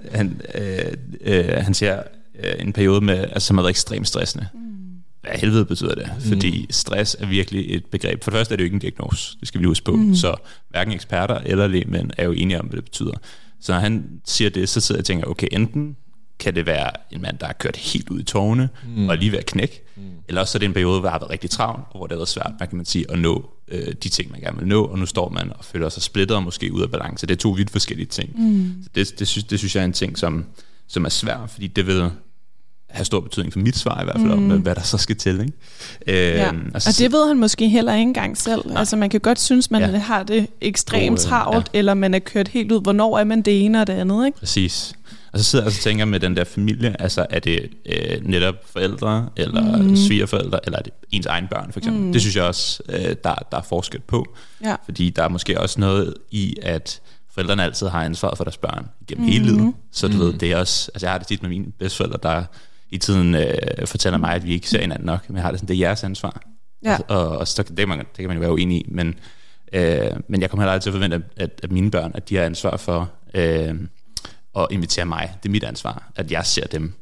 han siger en periode med, altså, som har været ekstremt stressende. Hvad helvede betyder det? Fordi stress er virkelig et begreb. For det første er det jo ikke en diagnose, det skal vi huske på. Så hverken eksperter eller lægmænd er jo enige om, hvad det betyder. Så når han siger det, så sidder jeg og tænker, okay, enten kan det være en mand, der har kørt helt ud i tårne og lige ved at knække, eller også er det en periode, hvor det har været rigtig travlt, og hvor det har været svært, man kan man sige, at nå de ting, man gerne vil nå, og nu står man og føler sig splittet og måske ud af balance. Det er to vidt forskellige ting. Så det synes jeg er en ting, som er svær, fordi det vil have stor betydning for mit svar i hvert fald, om hvad der så skal til. Ikke? Og det ved han måske heller ikke engang selv. Nej. Altså man kan godt synes, man har det ekstremt travlt, eller man er kørt helt ud. Hvornår er man det ene og det andet? Ikke? Præcis. Og så sidder jeg og tænker med den der familie, altså er det netop forældre, eller svigerforældre, eller er det ens egen børn for eksempel? Det synes jeg også, der er forskel på. Ja. Fordi der er måske også noget i, at forældrene altid har ansvaret for deres børn gennem hele livet. Så du ved, det er også, altså jeg har det tit med mine bedsteforældre, der i tiden fortæller mig, at vi ikke ser hinanden nok, men jeg har det sådan, det er jeres ansvar. Ja. Og så, det kan man jo være uenig i, men jeg kommer heller aldrig til at forvente, at mine børn, at de har ansvar for at invitere mig. Det er mit ansvar, at jeg ser dem.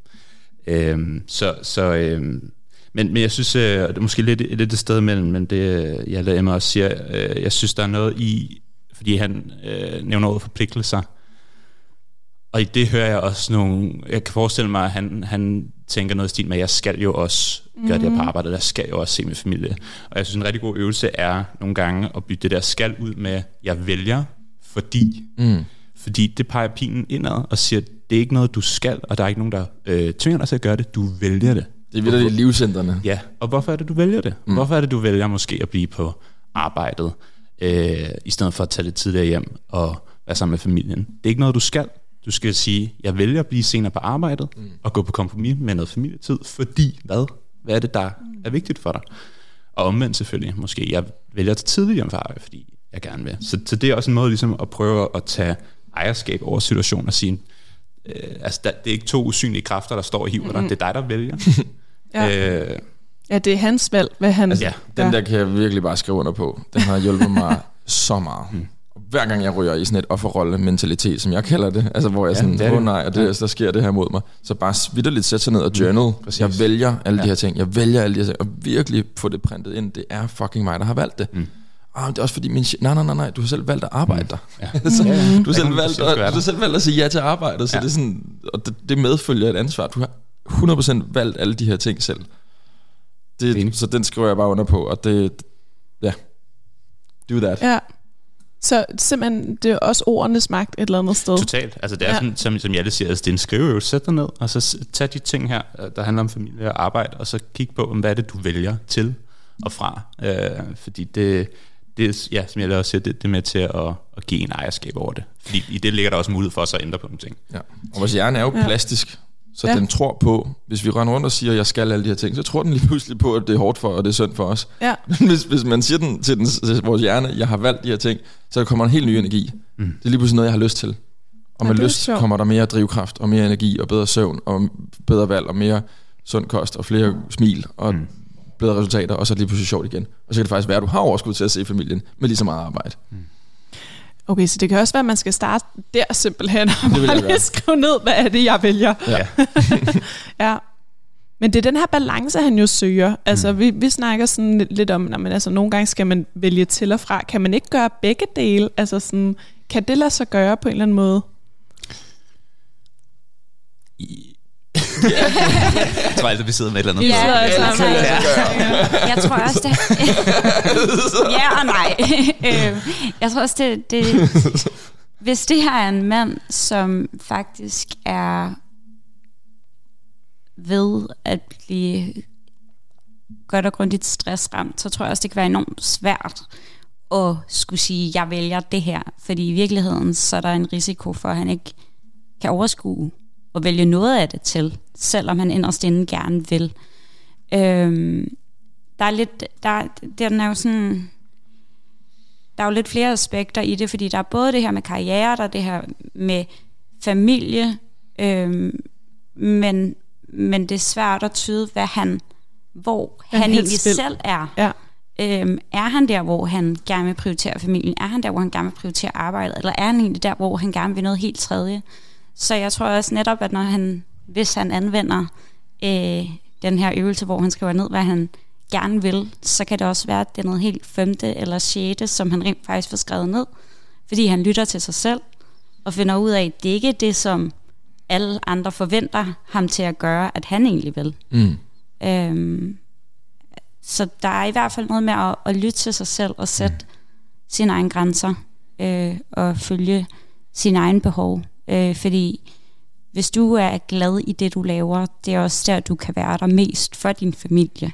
Men jeg synes, det er måske lidt et sted mellem, men det jeg lader Emma også siger, jeg synes, der er noget i, fordi han nævner ordet forpligtelser, og i det hører jeg også nogle, jeg kan forestille mig, at han tænker noget i stil med, at jeg skal jo også gøre det her på arbejdet, jeg skal jo også se min familie. Og jeg synes, en rigtig god øvelse er nogle gange at bytte det der skal ud med, jeg vælger, fordi. Fordi det peger pilen indad og siger, det er ikke noget, du skal, og der er ikke nogen, der tvinger dig til at gøre det, du vælger det. Det er vildt, det er livscentrene. Ja, og hvorfor er det, du vælger det? Hvorfor er det, du vælger måske at blive på arbejdet, i stedet for at tage lidt tidligere hjem og være sammen med familien? Det er ikke noget, du skal. Du skal sige, jeg vælger at blive senere på arbejdet og gå på kompromis med noget familietid, fordi hvad? Hvad er det, der er vigtigt for dig? Og omvendt selvfølgelig, måske, jeg vælger at tage tidligere hjem fra arbejde, fordi jeg gerne vil. Så det er også en måde ligesom at prøve at tage ejerskab over situationen og sige, altså det er ikke to usynlige kræfter, der står og hiver dig, det er dig, der vælger. Ja, det er hans valg, hvad han... Altså, den der kan jeg virkelig bare skrive under på. Den har hjulpet mig så meget. Hver gang jeg ryger i sådan et offerrolle-mentalitet, som jeg kalder det, altså hvor jeg sådan, nej, og der sker det her mod mig, så bare vitterligt sætte sig ned og journal. Jeg vælger alle de her ting, og virkelig få det printet ind. Det er fucking mig, der har valgt det. Det er også fordi nej, du har selv valgt at arbejde der. Du har selv valgt at sige ja til arbejdet, så det er sådan, og det medfølger et ansvar. Du har 100% valgt alle de her ting selv. Så den skriver jeg bare under på, og det do that. Ja. Så simpelthen, det er også ordenes magt et eller andet sted. Totalt. Altså det er sådan, som Hjalte siger, altså, det er en skriveøvelse. Sæt dig ned, og så tag de ting her, der handler om familie og arbejde, og så kig på, hvad er det, du vælger til og fra. Fordi det ja, som jeg også siger, det er med til at give en ejerskab over det. Fordi i det ligger der også mulighed for os at ændre på nogle ting. Ja. Og vores hjerne er jo plastisk, så den tror på, hvis vi render rundt og siger, at jeg skal alle de her ting, så tror den lige pludselig på, at det er hårdt for, og det er synd for os. Ja. Hvis man siger til vores hjerne, jeg har valgt de her ting, så kommer der en helt ny energi. Det er lige pludselig noget, jeg har lyst til. Og med lyst kommer der mere drivkraft, og mere energi, og bedre søvn, og bedre valg, og mere sund kost, og flere smil, og bedre resultater, og så er det lige pludselig sjovt igen. Og så kan det faktisk være, at du har overskud til at se familien med lige så meget arbejde. Okay, så det kan også være, at man skal starte der simpelthen, og bare lige skrive ned, hvad er det, jeg vælger. Ja. Ja. Men det er den her balance, han jo søger. Altså, vi snakker sådan lidt om, men altså, nogle gange skal man vælge til og fra. Kan man ikke gøre begge dele? Altså, sådan, kan det lade sig gøre på en eller anden måde? Jeg tror altid, vi sidder med et eller andet. Jeg tror også det. Ja og nej. Jeg tror også det. Hvis det her er en mand, som faktisk er ved at blive godt og grundigt stressramt, så tror jeg også, det kan være enormt svært at skulle sige, jeg vælger det her. Fordi i virkeligheden, så er der en risiko for, at han ikke kan overskue og vælge noget af det til, selvom han inderst inde gerne vil. Der er jo lidt flere aspekter i det, fordi der er både det her med karriere, der er det her med familie, men det er svært at tyde, hvor han egentlig selv er. Ja. Er han der, hvor han gerne vil prioritere familien? Er han der, hvor han gerne vil prioritere arbejdet? Eller er han egentlig der, hvor han gerne vil noget helt tredje? Så jeg tror også netop, at hvis han anvender den her øvelse, hvor han skriver ned, hvad han gerne vil, så kan det også være, at det er noget helt 5. eller 6., som han rent faktisk får skrevet ned, fordi han lytter til sig selv og finder ud af, at det ikke er det, som alle andre forventer ham til at gøre, at han egentlig vil. Så der er i hvert fald noget med at lytte til sig selv og sætte sine egne grænser og følge sine egne behov. Fordi hvis du er glad i det, du laver, det er også der, du kan være der mest for din familie.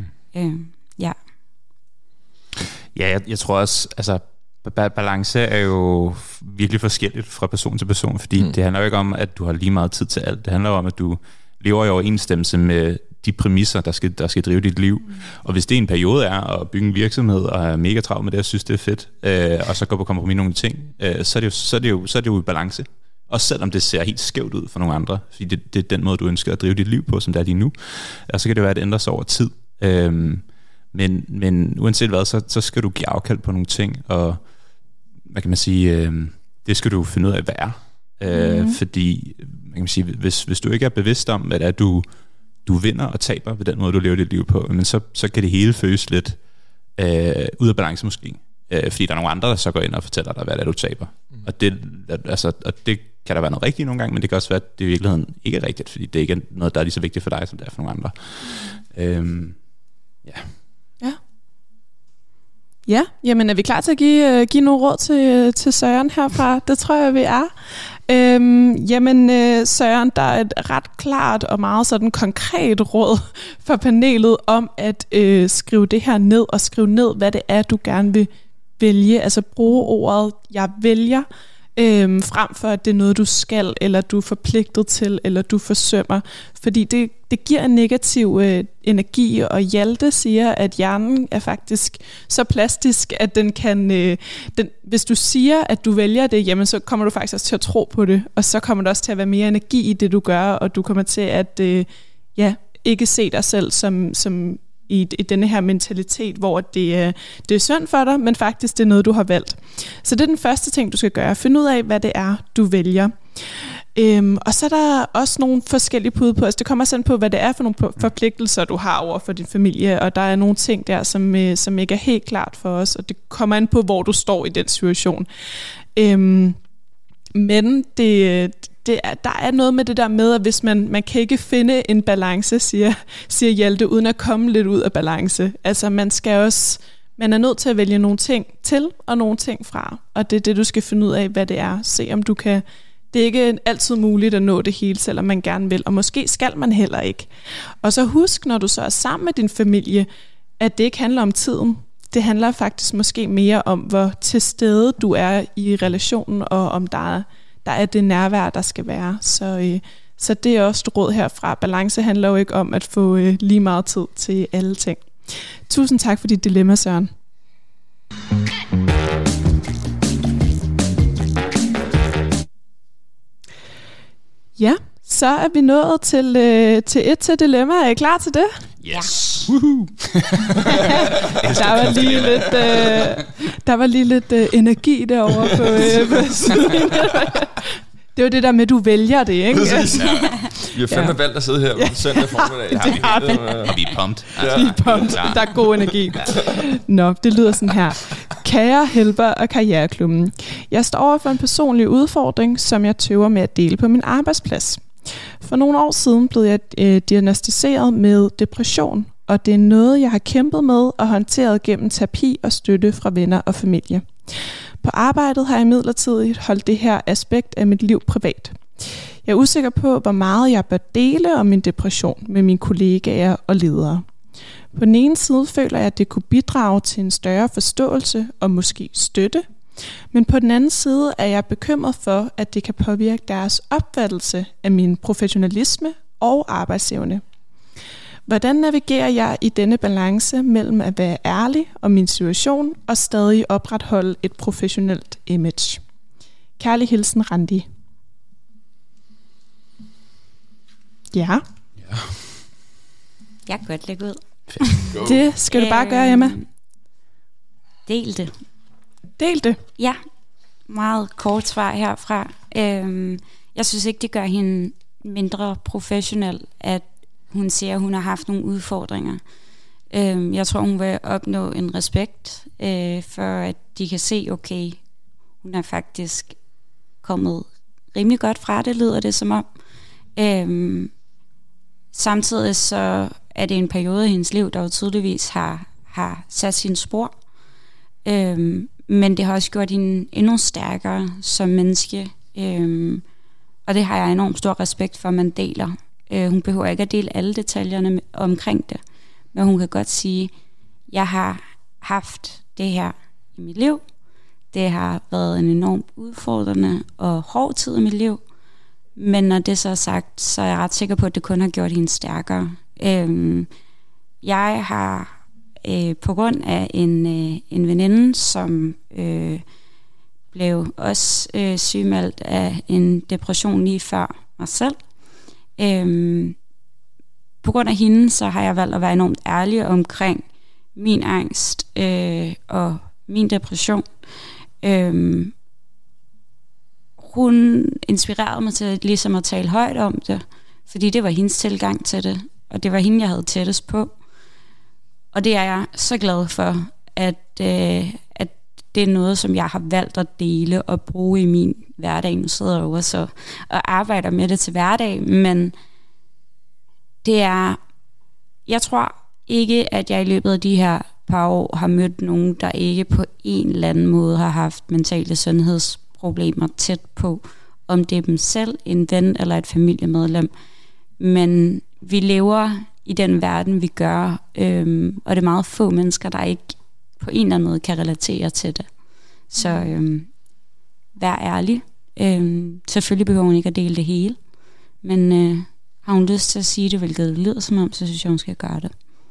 Ja, jeg tror også, altså balance er jo virkelig forskelligt fra person til person, fordi det handler jo ikke om, at du har lige meget tid til alt. Det handler jo om, at du lever i overensstemmelse med de præmisser, der skal drive dit liv. Og hvis det en periode er at bygge en virksomhed og er mega travlt med det, og synes det er fedt, og så går på kompromis nogle ting, så er det jo i balance. Også selvom det ser helt skævt ud for nogle andre, fordi det er den måde, du ønsker at drive dit liv på, som det er lige nu. Og så kan det være, at det ændrer sig over tid. Men uanset hvad, så skal du give afkald på nogle ting, og hvad kan man sige, det skal du finde ud af, hvad er. Fordi man kan sige, hvis du ikke er bevidst om, hvad det er, du vinder og taber ved den måde, du lever dit liv på, men så kan det hele føles lidt ud af balance måske. Fordi der er nogle andre, der så går ind og fortæller dig, hvad det er, du taber. Og det kan der være noget rigtigt nogle gange, men det kan også være, at det i virkeligheden ikke er rigtigt, fordi det ikke er noget, der er lige så vigtigt for dig, som det er for nogle andre. Ja, jamen er vi klar til at give nogle råd til Søren herfra? Det tror jeg, vi er. Søren, der er et ret klart og meget sådan konkret råd for panelet om at skrive det her ned, og skrive ned, hvad det er, du gerne vil vælge. Altså bruge ordet, jeg vælger, frem for at det er noget, du skal, eller du er forpligtet til, eller du forsømmer. Fordi det giver en negativ energi, og Hjalte siger, at hjernen er faktisk så plastisk, at den kan... hvis du siger, at du vælger det, jamen så kommer du faktisk også til at tro på det, og så kommer der også til at være mere energi i det, du gør, og du kommer til at ikke se dig selv som i denne her mentalitet, hvor det er synd for dig, men faktisk det er noget, du har valgt. Så det er den første ting, du skal gøre. Find ud af, hvad det er, du vælger. Og så er der også nogle forskellige bud på, altså det kommer sådan på, hvad det er for nogle forpligtelser, du har over for din familie, og der er nogle ting der, som ikke er helt klart for os, og det kommer an på, hvor du står i den situation. Men der er noget med det der med, at hvis man kan ikke finde en balance, siger Hjalte, uden at komme lidt ud af balance. Altså man skal også Man er nødt til at vælge nogle ting til og nogle ting fra, og det er det, du skal finde ud af, hvad det er. Se om du kan. Det er ikke altid muligt at nå det hele, selvom man gerne vil, og måske skal man heller ikke. Og så husk, når du så er sammen med din familie, at det ikke handler om tiden. Det handler faktisk måske mere om, hvor til stede du er i relationen, og om der er det nærvær, der skal være. Så det er også et råd herfra. Balance handler jo ikke om at få lige meget tid til alle ting. Tusind tak for dit dilemma, Søren. Ja, så er vi nået til dilemma. Er I klar til det? Yes! Der var lige lidt energi derovre på siden. Det er jo det der med, at du vælger det, ikke? Vi har fandme valgt at sidde her søndag formiddag. Og vi er pumped. Vi er pumped. Der er god energi. Nå, det lyder sådan her. Kære Helper og Karriereklubben. Jeg står over for en personlig udfordring, som jeg tøver med at dele på min arbejdsplads. For nogle år siden blev jeg diagnosticeret med depression, og det er noget, jeg har kæmpet med og håndteret gennem terapi og støtte fra venner og familie. På arbejdet har jeg imidlertid holdt det her aspekt af mit liv privat. Jeg er usikker på, hvor meget jeg bør dele om min depression med mine kollegaer og ledere. På den ene side føler jeg, at det kunne bidrage til en større forståelse og måske støtte, men på den anden side er jeg bekymret for, at det kan påvirke deres opfattelse af min professionalisme og arbejdsevne. Hvordan navigerer jeg i denne balance mellem at være ærlig om min situation og stadig opretholde et professionelt image? Kærlig hilsen, Randi. Ja. Jeg kan godt lægge ud. Det skal du bare gøre, Emma. Del det. Del det? Ja, meget kort svar herfra. Jeg synes ikke, det gør hende mindre professionel, at hun siger, at hun har haft nogle udfordringer. Jeg tror, hun vil opnå en respekt for, at de kan se, okay, hun er faktisk kommet rimelig godt fra det, lyder det som om. Samtidig så er det en periode i hendes liv, der jo tydeligvis har sat sine spor. Men det har også gjort hende endnu stærkere som menneske. Og det har jeg enormt stor respekt for, at man deler. Hun behøver ikke at dele alle detaljerne omkring det. Men hun kan godt sige, jeg har haft det her i mit liv. Det har været en enormt udfordrende og hård tid i mit liv. Men når det så er sagt, så er jeg ret sikker på, at det kun har gjort hende stærkere. Jeg har på grund af en veninde, som blev også sygemeldt af en depression lige før mig selv. På grund af hende, så har jeg valgt at være enormt ærlig omkring min angst og min depression. Hun inspirerede mig til ligesom at tale højt om det, fordi det var hendes tilgang til det, og det var hende, jeg havde tættest på. Og det er jeg så glad for, at det er noget, som jeg har valgt at dele og bruge i min hverdag. Nu sidder jeg også og arbejder med det til hverdag, men det er, jeg tror ikke, at jeg i løbet af de her par år har mødt nogen, der ikke på en eller anden måde har haft mentale sundhedsproblemer tæt på, om det er dem selv, en ven eller et familiemedlem. Men vi lever i den verden, vi gør, og det er meget få mennesker, der ikke på en eller anden måde kan relatere til det. Så vær ærlig. Selvfølgelig behøver hun ikke at dele det hele, men har hun lyst til at sige det, hvilket det lyder som om, så synes jeg, hun skal gøre det.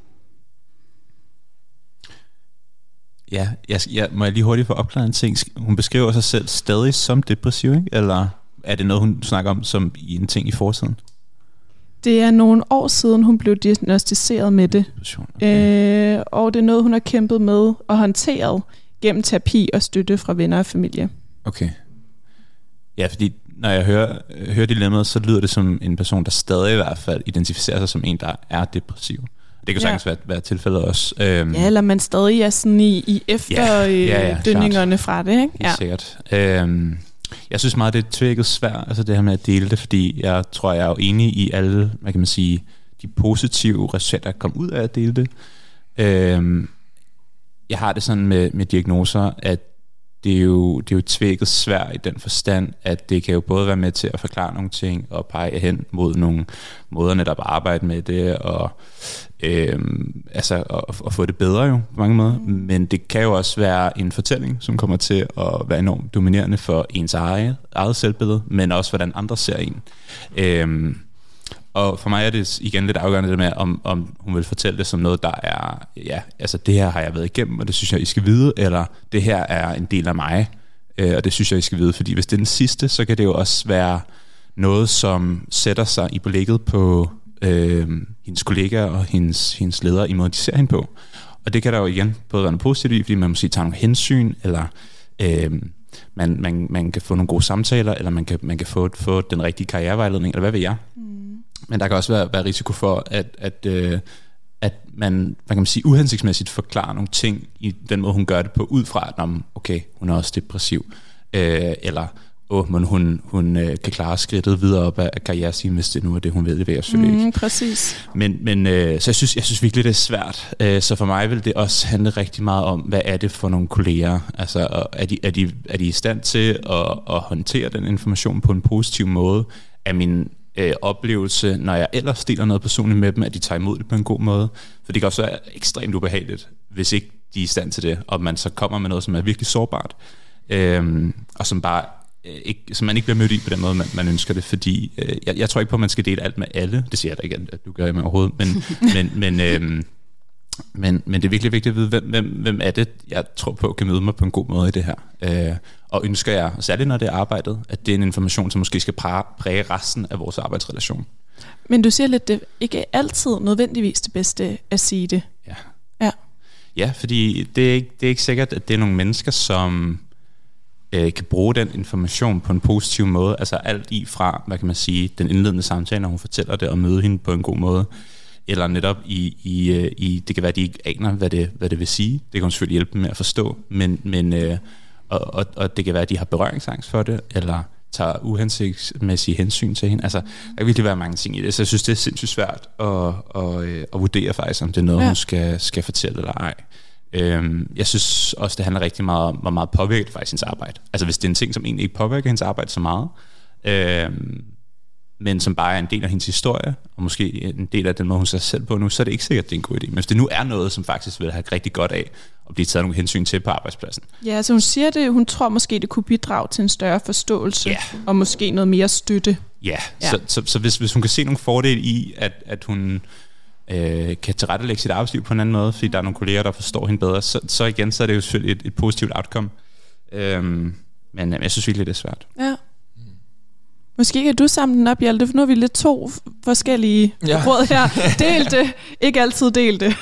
Ja, må jeg lige hurtigt få opklaret en ting. Hun beskriver sig selv stadig som depressiv, ikke? Eller er det noget, hun snakker om som en ting i fortiden? Det er nogle år siden, hun blev diagnosticeret med det. Okay. Og det er noget, hun har kæmpet med og håndteret gennem terapi og støtte fra venner og familie. Okay. Ja, fordi når jeg hører dilemmaet, så lyder det som en person, der stadig i hvert fald identificerer sig som en, der er depressiv. Det kan sagtens være tilfældet også. Ja, eller man stadig er sådan i efterdønningerne fra det, ikke? Ja, sikkert. Jeg synes meget, det er tvækket svært, altså det her med at dele det, fordi jeg tror, jeg er jo enig i alle, hvad kan man sige, de positive resultater, der kom ud af at dele det. jeg har det sådan med diagnoser, at det er jo tvækket svært i den forstand, at det kan jo både være med til at forklare nogle ting og pege hen mod nogle måder netop at arbejde med det og at få det bedre jo på mange måder. Men det kan jo også være en fortælling, som kommer til at være enormt dominerende for ens eget selvbillede, men også hvordan andre ser en. Og for mig er det igen lidt afgørende det med, om hun vil fortælle det som noget, der er, det her har jeg været igennem, og det synes jeg, I skal vide, eller det her er en del af mig, og det synes jeg, I skal vide. Fordi hvis det er den sidste, så kan det jo også være noget, som sætter sig i blikket på hendes kollegaer og hendes ledere i måden, de ser hende på. Og det kan der jo igen både være noget positivt i, fordi man måske tager nogle hensyn, eller man kan få nogle gode samtaler, eller man kan få den rigtige karrierevejledning, eller hvad ved jeg. Men der kan også være risiko for, at man kan man sige, uhensigtsmæssigt forklarer nogle ting i den måde, hun gør det på, ud fra, at okay, hun er også depressiv, eller men hun kan klare skridtet videre op af karrierestigen, hvis det nu er det, hun ved, det vil jeg selvfølgelig ikke. Præcis. Men så jeg synes virkelig, det er svært. Så for mig vil det også handle rigtig meget om, hvad er det for nogle kolleger? Altså, er de i stand til at håndtere den information på en positiv måde? Er min oplevelse, når jeg ellers deler noget personligt med dem, at de tager imod det på en god måde? For det kan også være ekstremt ubehageligt, hvis ikke de er i stand til det, og man så kommer med noget, som er virkelig sårbart, og som bare som man ikke bliver mødt i på den måde, man ønsker det, fordi jeg tror ikke på, at man skal dele alt med alle. Det siger jeg da ikke, at du gør det med overhovedet, men det er virkelig vigtigt at vide, hvem er det, jeg tror på, kan møde mig på en god måde i det her. Og ønsker jeg, særligt når det er arbejdet, at det er en information, som måske skal præge resten af vores arbejdsrelation. Men du siger lidt, det ikke er altid nødvendigvis det bedste at sige det. Ja, fordi det er ikke sikkert, at det er nogle mennesker, som kan bruge den information på en positiv måde. Altså alt i fra, hvad kan man sige, den indledende samtale, når hun fortæller det, og møde hende på en god måde. Eller netop i det kan være, at de ikke aner, hvad det vil sige. Det kan hun selvfølgelig hjælpe dem med at forstå. Men og det kan være, at de har berøringsangst for det, eller tager uhensigtsmæssige hensyn til hende. Altså, der kan virkelig være mange ting i det. Så jeg synes, det er sindssygt svært at vurdere faktisk, om det er noget, hun skal fortælle eller ej. Jeg synes også, det handler rigtig meget om, hvor meget påvirker det faktisk hendes arbejde. Altså hvis det er en ting, som egentlig ikke påvirker hendes arbejde så meget, men som bare er en del af hendes historie, og måske en del af den måde, hun ser selv på nu, så er det ikke sikkert, at det er en god idé. Men hvis det nu er noget, som faktisk vil have rigtig godt af at blive taget nogle hensyn til på arbejdspladsen. Ja, så hun siger det, hun tror måske, det kunne bidrage til en større forståelse, og måske noget mere støtte. Ja. Så hvis hun kan se nogle fordele i, at hun kan tilrettelægge sit arbejdsliv på en anden måde, fordi der er nogle kolleger, der forstår hende bedre, så igen, så er det jo selvfølgelig et positivt outcome. Men jeg synes virkelig, det er svært. Ja. Måske kan du samle den op, Hjalte, for nu har vi lidt to forskellige råd her. Del det, ikke altid del det.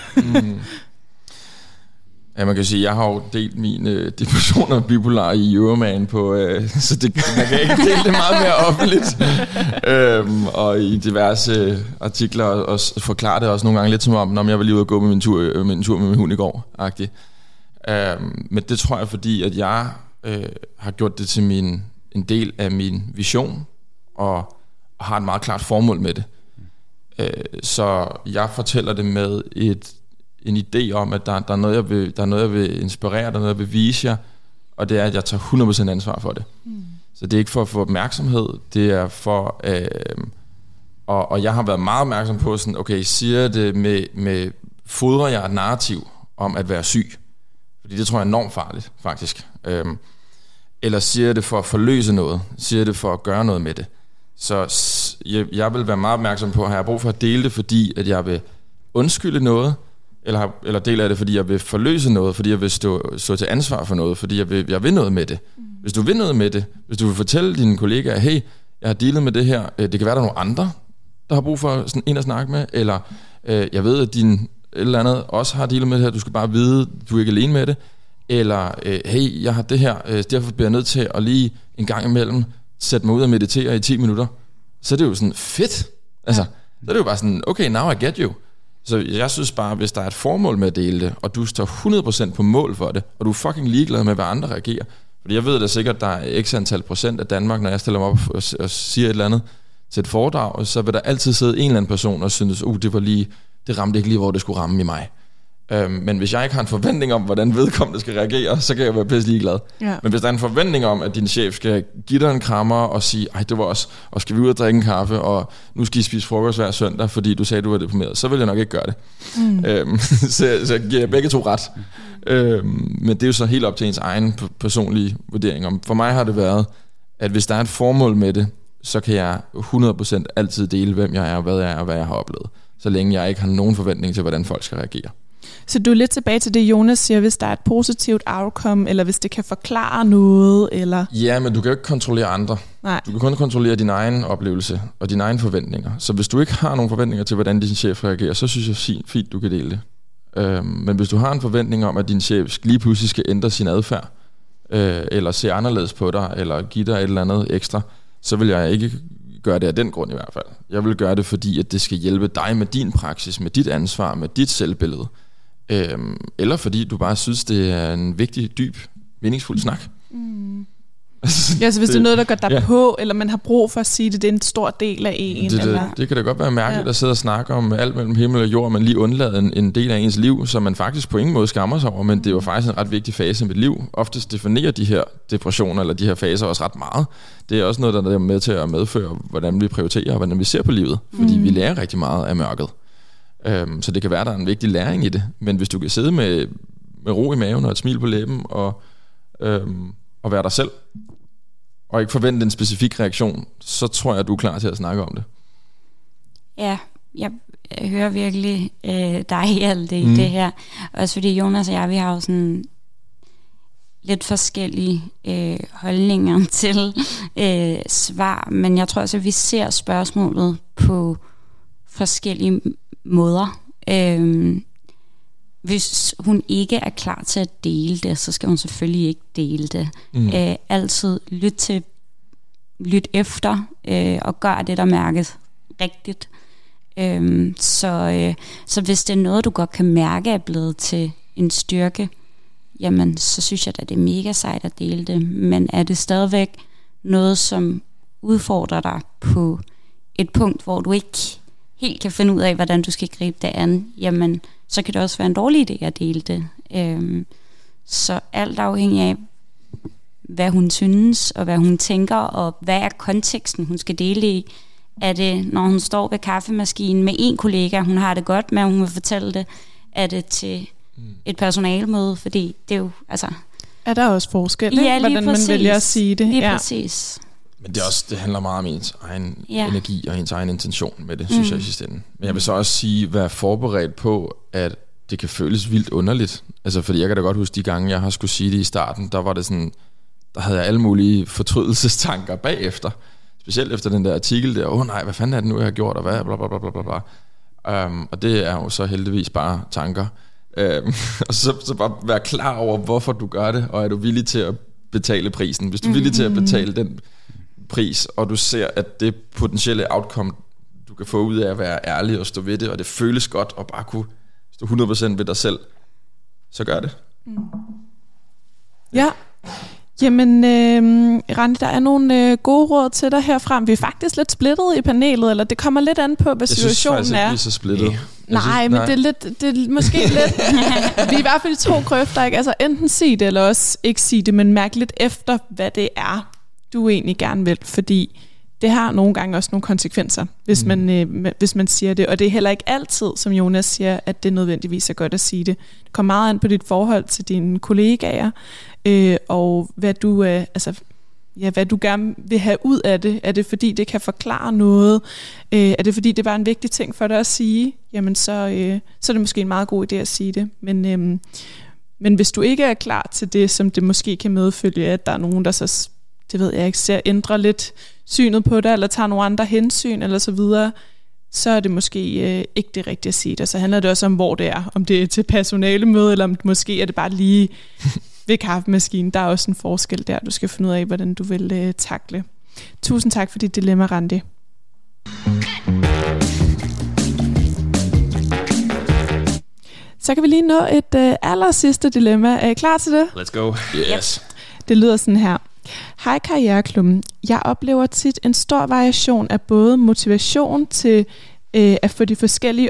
Ja, man kan sige, jeg har jo delt mine depressioner og bipolar i Euroman på, så man kan ikke dele det meget mere offentligt. Og i diverse artikler og forklare det også nogle gange lidt som om, når jeg var lige ude at gå med min tur med min hund i går-agtigt. Men det tror jeg, fordi at jeg har gjort det til en del af min vision, og har et meget klart formål med det. Så jeg fortæller det med en idé om, at der er noget, jeg vil inspirere, der er noget, jeg vil vise jer, og det er, at jeg tager 100% ansvar for det. Så det er ikke for at få opmærksomhed, det er for... og jeg har været meget opmærksom på sådan, okay, siger det med fodrer jeg et narrativ om at være syg? Fordi det tror jeg er enormt farligt, faktisk. Eller siger det for at forløse noget? Siger det for at gøre noget med det? Så jeg vil være meget opmærksom på, har jeg brug for at dele det, fordi at jeg vil undskylde noget, eller deler jeg det, fordi jeg vil forløse noget, fordi jeg vil stå til ansvar for noget, fordi jeg vil noget med det. Hvis du vil noget med det, hvis du vil fortælle dine kollegaer, hey, jeg har dealet med det her, det kan være, der er nogle andre, der har brug for sådan en at snakke med, eller jeg ved, at din et eller andet også har dealet med det her, du skal bare vide, du er ikke alene med det, eller hey, jeg har det her, derfor bliver jeg nødt til at lige en gang imellem sætte mig ud og meditere i 10 minutter. Så er det jo sådan fedt. Altså, så er det jo bare sådan, okay, now I get you. Så jeg synes bare, hvis der er et formål med at dele det, og du står 100% på mål for det, og du er fucking ligeglad med, hvad andre reagerer. Fordi jeg ved da sikkert, der er x antal procent af Danmark, når jeg stiller mig op og siger et eller andet til et foredrag, så vil der altid sidde en eller anden person og synes, det ramte ikke lige, hvor det skulle ramme i mig. Men hvis jeg ikke har en forventning om, hvordan vedkommende skal reagere, så kan jeg være pisse ligeglad. Ja. Men hvis der er en forventning om, at din chef skal give dig en krammer og sige, ej, det var os, og skal vi ud og drikke en kaffe, og nu skal I spise frokost hver søndag, fordi du sagde, du var deprimeret, så vil jeg nok ikke gøre det. Så giver jeg begge to ret. Men det er jo så helt op til ens egen personlige vurdering. For mig har det været, at hvis der er et formål med det, så kan jeg 100% altid dele, hvem jeg er, og hvad jeg er, og hvad jeg har oplevet. Så længe jeg ikke har nogen forventning til, hvordan folk skal reagere. Så du er lidt tilbage til det, Jonas siger, hvis der er et positivt outcome, eller hvis det kan forklare noget, eller... Ja, men du kan jo ikke kontrollere andre. Nej. Du kan kun kontrollere din egen oplevelse og dine egne forventninger. Så hvis du ikke har nogen forventninger til, hvordan din chef reagerer, så synes jeg fint, du kan dele det. Men hvis du har en forventning om, at din chef lige pludselig skal ændre sin adfærd, eller se anderledes på dig, eller give dig et eller andet ekstra, så vil jeg ikke gøre det af den grund i hvert fald. Jeg vil gøre det, fordi at det skal hjælpe dig med din praksis, med dit ansvar, med dit selvbillede. Eller fordi du bare synes, det er en vigtig, dyb, meningsfuld snak. Ja, så hvis det er noget, der gør dig på, eller man har brug for at sige det, det er en stor del af en. Det kan da godt være mærkeligt at sidde og snakke om alt mellem himmel og jord, men lige undlade en del af ens liv, som man faktisk på ingen måde skammer sig over, men det er jo faktisk en ret vigtig fase i mit liv. Oftest definerer de her depressioner, eller de her faser også ret meget. Det er også noget, der er med til at medføre, hvordan vi prioriterer, og hvordan vi ser på livet, fordi vi lærer rigtig meget af mørket. Så det kan være, der er en vigtig læring i det. Men hvis du kan sidde med ro i maven og et smil på læben og være dig selv, og ikke forvente en specifik reaktion, så tror jeg, at du er klar til at snakke om det. Ja, jeg hører virkelig dig i alt det, det her. Også fordi Jonas og jeg, vi har jo sådan lidt forskellige holdninger til svar, men jeg tror også, at vi ser spørgsmålet på forskellige måder. Hvis hun ikke er klar til at dele det, så skal hun selvfølgelig ikke dele det. Altid lyt efter og gør det, der mærkes rigtigt. Så hvis det er noget, du godt kan mærke er blevet til en styrke, jamen så synes jeg, at det er mega sejt at dele det. Men er det stadigvæk noget, som udfordrer dig på et punkt, hvor du ikke helt kan finde ud af, hvordan du skal gribe det an, jamen så kan det også være en dårlig idé at dele det. Så alt afhængig af, hvad hun synes, og hvad hun tænker, og hvad er konteksten, hun skal dele i. Er det, når hun står ved kaffemaskinen med en kollega, hun har det godt med, at hun vil fortælle det? Er det til et personalemøde? Fordi det er jo, altså... Er der også forskel, ikke? Hvordan præcis. Man vælger at sige det? Lige præcis. Men det handler meget om ens egen energi og ens egen intention med det, synes jeg i sidste ende. Men jeg vil så også sige, være forberedt på, at det kan føles vildt underligt. Altså, fordi jeg kan da godt huske de gange, jeg har skulle sige det i starten, der var det sådan, der havde jeg alle mulige fortrydelsestanker bagefter. Specielt efter den der artikel der, nej, hvad fanden er det nu, jeg har gjort, og hvad, blablabla. Og det er jo så heldigvis bare tanker. Og så bare være klar over, hvorfor du gør det, og er du villig til at betale prisen. Hvis du er villig til at betale den pris, og du ser, at det potentielle outcome, du kan få ud af at være ærlig og stå ved det, og det føles godt, og bare kunne stå 100% ved dig selv, så gør det. Ja. Jamen, Randi, der er nogle gode råd til dig herfra. Vi er faktisk lidt splittet i panelet, eller det kommer lidt an på, hvad situationen er. Jeg synes faktisk ikke, vi er så splittet. Nej, men det er måske lidt... Vi er i hvert fald 2 grøfter, ikke? Altså enten sige det, eller også ikke sige det, men mærke lidt efter, hvad det er, du egentlig gerne vil, fordi det har nogle gange også nogle konsekvenser, hvis man siger det, og det er heller ikke altid, som Jonas siger, at det nødvendigvis er godt at sige det. Det kommer meget an på dit forhold til dine kollegaer, og hvad du gerne vil have ud af det. Er det fordi det kan forklare noget? Er det fordi det var en vigtig ting for dig at sige? Jamen så er det måske en meget god idé at sige det. Men hvis du ikke er klar til det, som det måske kan medfølge, at der er nogen, der så, det ved jeg ikke, ser ændrer lidt synet på dig, eller tager nogle andre hensyn, eller så videre, så er det måske ikke det rigtige at sige det. Så handler det også om, hvor det er. Om det er til personalemøde, eller om det måske er det bare lige ved kaffemaskinen. Der er også en forskel der. Du skal finde ud af, hvordan du vil takle. Tusind tak for dit dilemma, Randi. Så kan vi lige nå et aller sidste dilemma. Er I klar til det? Let's go. Yes. Det lyder sådan her. Hej Karriereklubben. Jeg oplever tit en stor variation af både motivation til at få de forskellige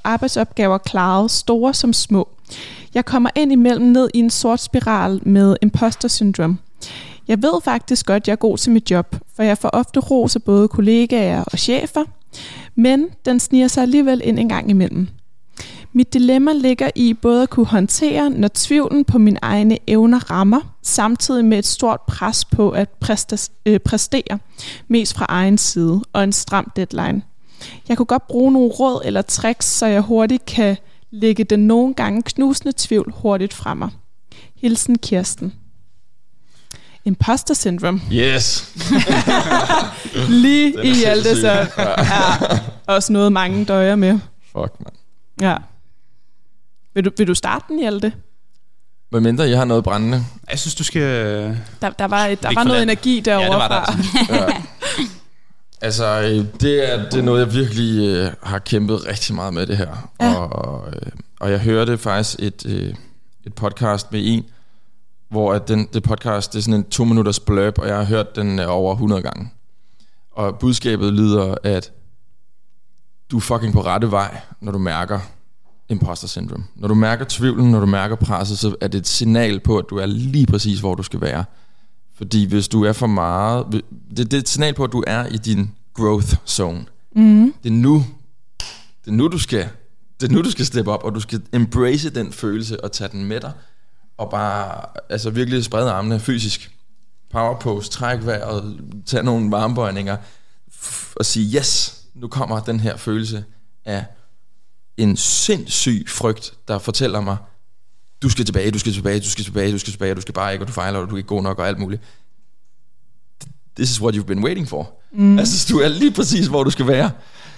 arbejdsopgaver klaret, store som små. Jeg kommer ind imellem ned i en sort spiral med imposter syndrom. Jeg ved faktisk godt, at jeg er god til mit job, for jeg får ofte ros af både kollegaer og chefer, men den sniger sig alligevel ind en gang imellem. Mit dilemma ligger i både at kunne håndtere, når tvivlen på mine egne evner rammer, samtidig med et stort pres på at præstere, mest fra egen side, og en stram deadline. Jeg kunne godt bruge nogle råd eller tricks, så jeg hurtigt kan lægge den nogle gange knusende tvivl hurtigt fra mig. Hilsen Kirsten. Imposter syndrome. Yes! Lige i Hjalte, så er også noget mange døjer med. Fuck, man. Ja. Vil du starte den, Hjalte? Hvad mindre jeg har noget brændende? Jeg synes, du skal... Der var noget energi derovre. Ja, det var der. Ja. Altså, det er noget, jeg virkelig har kæmpet rigtig meget med det her. Ja. Og jeg hørte faktisk et podcast med en, hvor at det podcast, det er sådan en 2 minutters blurb, og jeg har hørt den over 100 gange. Og budskabet lyder, at du er fucking på rette vej, når du mærker imposter syndrome. Når du mærker tvivlen, når du mærker presset, så er det et signal på, at du er lige præcis, hvor du skal være. Fordi hvis du er for meget... Det er et signal på, at du er i din growth zone. Mm. Det er nu, du skal steppe op, og du skal embrace den følelse og tage den med dig. Og bare altså virkelig sprede armene fysisk. Power pose, træk vejret, tage nogle varmebøjninger og sige, yes, nu kommer den her følelse af en sindssyg frygt, der fortæller mig, du skal tilbage, du skal bare ikke, og du fejler, og du er ikke god nok, og alt muligt. This is what you've been waiting for. Mm. Altså, du er lige præcis, hvor du skal være.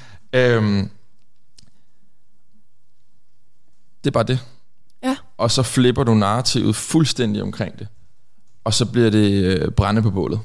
Det er bare det. Ja. Og så flipper du narrativet fuldstændig omkring det. Og så bliver det brænde på bålet.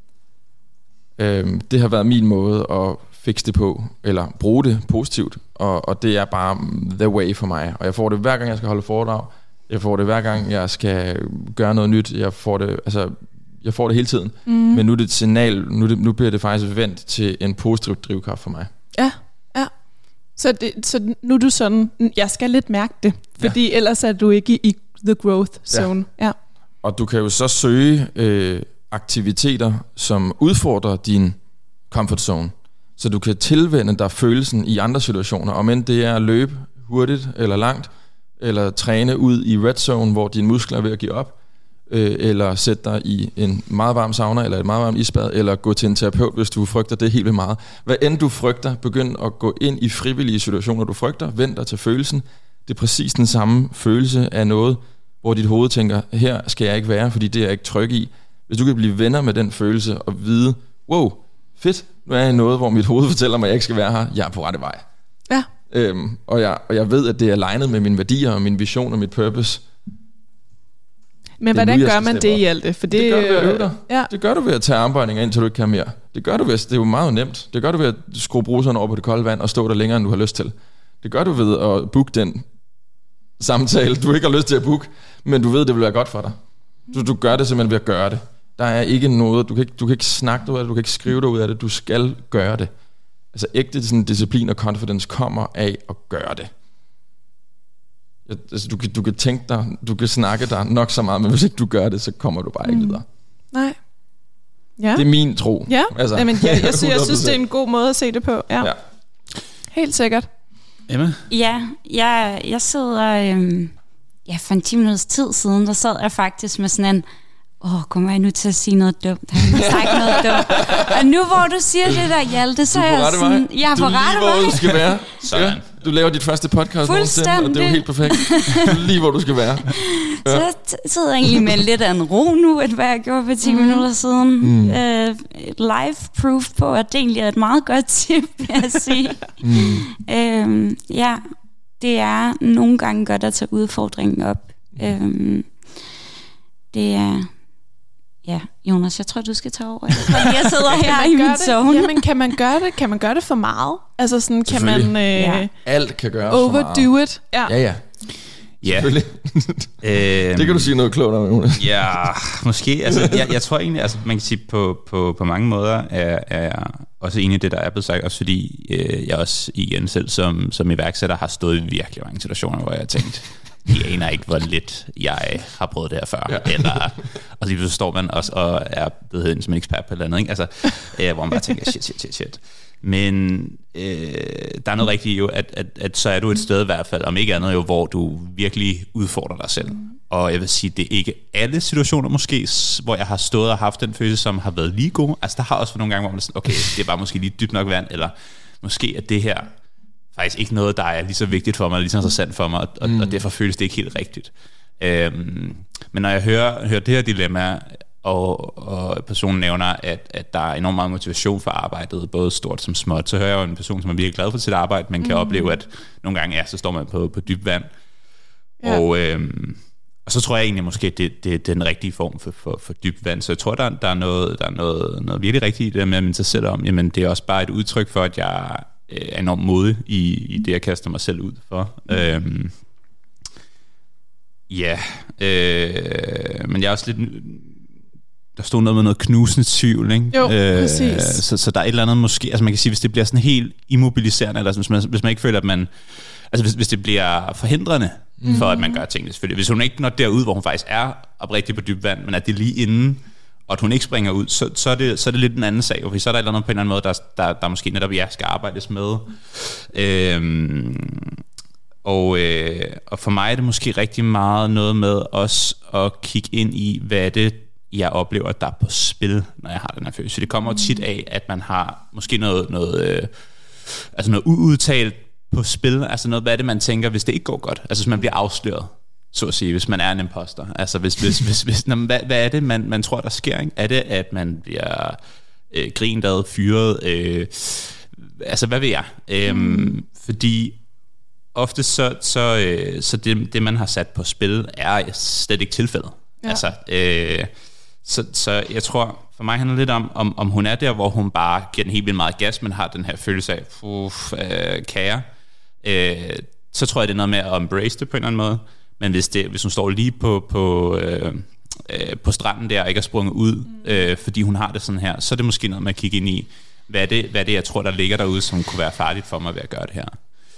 Det har været min måde at fikse det på, eller bruge det positivt. Og det er bare the way for mig. Og jeg får det hver gang, jeg skal holde foredrag. Jeg får det hver gang, jeg skal gøre noget nyt. Jeg får det hele tiden. Mm. Men nu er det et signal. Nu bliver det faktisk vendt til en positiv drivkraft for mig. Ja, ja. Så nu er du sådan, jeg skal lidt mærke det. Fordi ellers er du ikke i the growth zone. Ja. Og du kan jo så søge aktiviteter, som udfordrer din comfort zone. Så du kan tilvænne dig følelsen i andre situationer. Om end det er at løbe hurtigt eller langt, eller træne ud i red zone, hvor dine muskler er ved at give op, eller sætte dig i en meget varm sauna, eller et meget varmt isbad, eller gå til en terapeut, hvis du frygter det helt vildt meget. Hvad end du frygter, begynd at gå ind i frivillige situationer, du frygter, vend dig til følelsen. Det er præcis den samme følelse af noget, hvor dit hoved tænker, her skal jeg ikke være, fordi det er jeg ikke tryg i. Hvis du kan blive venner med den følelse og vide, wow, fedt, nu er jeg i noget, hvor mit hoved fortæller mig, at jeg ikke skal være her, jeg er på rette vej. Ja. Og jeg ved, at det er alignet med mine værdier og min vision og mit purpose. Men hvordan gør man det i alt det? For det gør du ved at øve dig. Ja. Det gør du ved at tage armbøjninger ind, til du ikke kan mere. Det gør du ved, det er jo meget nemt. Det gør du ved at skrue bruseren over på det kolde vand og stå der længere, end du har lyst til. Det gør du ved at booke den samtale, du ikke har lyst til at booke, men du ved, det vil være godt for dig. Du gør det simpelthen ved at gøre det. Der er ikke noget, du kan ikke snakke dig ud af det, du kan ikke skrive dig ud af det, du skal gøre det. Altså ægte sådan, disciplin og confidence kommer af at gøre det. Altså, du kan tænke dig, du kan snakke dig nok så meget, men hvis ikke du gør det, så kommer du bare ikke videre. Nej. Ja. Det er min tro. Ja, altså, jeg synes, det er en god måde at se det på. Ja. Helt sikkert. Emma? Ja, jeg sidder... for en 10 minutters tid siden, der sad jeg faktisk med sådan en... kommer jeg nu til at sige noget dumt? Har jeg sagt noget dumt? Og nu hvor du siger det der, Hjalte, så er jeg sådan... Jeg er på rette vej. Du er lige, hvor du skal være. Ja, du laver dit første podcast nogensinde, og det er jo helt perfekt. Du er lige, hvor du skal være. Ja. Så jeg sidder egentlig med lidt af en ro nu, end hvad jeg gjorde for 10 minutter siden. Live proof på, at det egentlig er et meget godt tip, vil jeg sige. Det er nogle gange godt at tage udfordringen op. Det er... Ja, Jonas, jeg tror, du skal tage over. Jeg sidder her i min zone. Jamen, kan man gøre det? Kan man gøre det for meget? Altså sådan, kan man... Alt kan gøres overdo it. Ja. Selvfølgelig. Det kan du sige noget klogt om, Jonas. Ja, måske. Altså, jeg tror egentlig, altså, man kan sige, på mange måder er også enig i det, der er blevet sagt, også fordi jeg også igen selv som iværksætter har stået i virkelig mange situationer, hvor jeg har tænkt, jeg aner ikke, hvor lidt jeg har prøvet det her før. Ja. Eller, og så står man også og er blevet hen som en ekspert på et eller andet, ikke? Altså, hvor man bare tænker, shit. Men der er noget rigtigt jo, at så er du et sted i hvert fald, om ikke andet jo, hvor du virkelig udfordrer dig selv. Og jeg vil sige, det er ikke alle situationer måske, hvor jeg har stået og haft den følelse, som har været lige god. Altså der har også været nogle gange, hvor man er sådan, okay, det er bare måske lige dybt nok vand, eller måske er det her faktisk ikke noget, der er lige så vigtigt for mig, lige så interessant for mig, og derfor føles det ikke helt rigtigt. Men når jeg hører det her dilemma, og personen nævner, at der er enormt meget motivation for arbejdet, både stort som småt, så hører jeg jo en person, som er virkelig glad for sit arbejde, men kan opleve, at nogle gange så står man på dyb vand. Ja. Og så tror jeg egentlig måske, det er den rigtige form for dyb vand. Så jeg tror, der er noget virkelig rigtigt i det med at minde sig selv om, jamen det er også bare et udtryk for, at jeg er enormt modig i det, jeg kaster mig selv ud for. Men jeg er også lidt... Der stod noget med noget knusende tvivl, ikke? Jo, præcis. Så der er et eller andet måske... Altså man kan sige, hvis det bliver sådan helt immobiliserende, eller hvis man ikke føler, at man... Altså hvis det bliver forhindrende for, at man gør tingene selvfølgelig. Hvis hun ikke når derud, hvor hun faktisk er oprigtigt på dyb vand, men at det er lige inden, og at hun ikke springer ud, så er det lidt en anden sag. Fordi så er der et eller andet på en eller anden måde, der måske netop skal arbejdes med. Og for mig er det måske rigtig meget noget med også at kigge ind i, hvad er det, jeg oplever, der er på spil, når jeg har den her følelse. Så det kommer jo tit af, at man har måske noget uudtalt på spil. Altså noget, hvad er det, man tænker, hvis det ikke går godt? Altså hvis man bliver afsløret, så at sige, hvis man er en imposter. Altså hvad er det, man tror, der sker? Ikke? Er det, at man bliver grint ad, fyret? Altså hvad ved jeg? Fordi ofte så det, man har sat på spil, er slet ikke tilfældet. Ja. Altså, så jeg tror, for mig handler det lidt om hun er der, hvor hun bare giver den helt vildt meget gas, men har den her følelse af, kære. Så tror jeg, det er noget med at embrace det på en eller anden måde. Men hvis hun står lige på stranden der, og ikke er sprunget ud, fordi hun har det sådan her, så er det måske noget med at kigge ind i, hvad er det jeg tror, der ligger derude, som kunne være farligt for mig ved at gøre det her.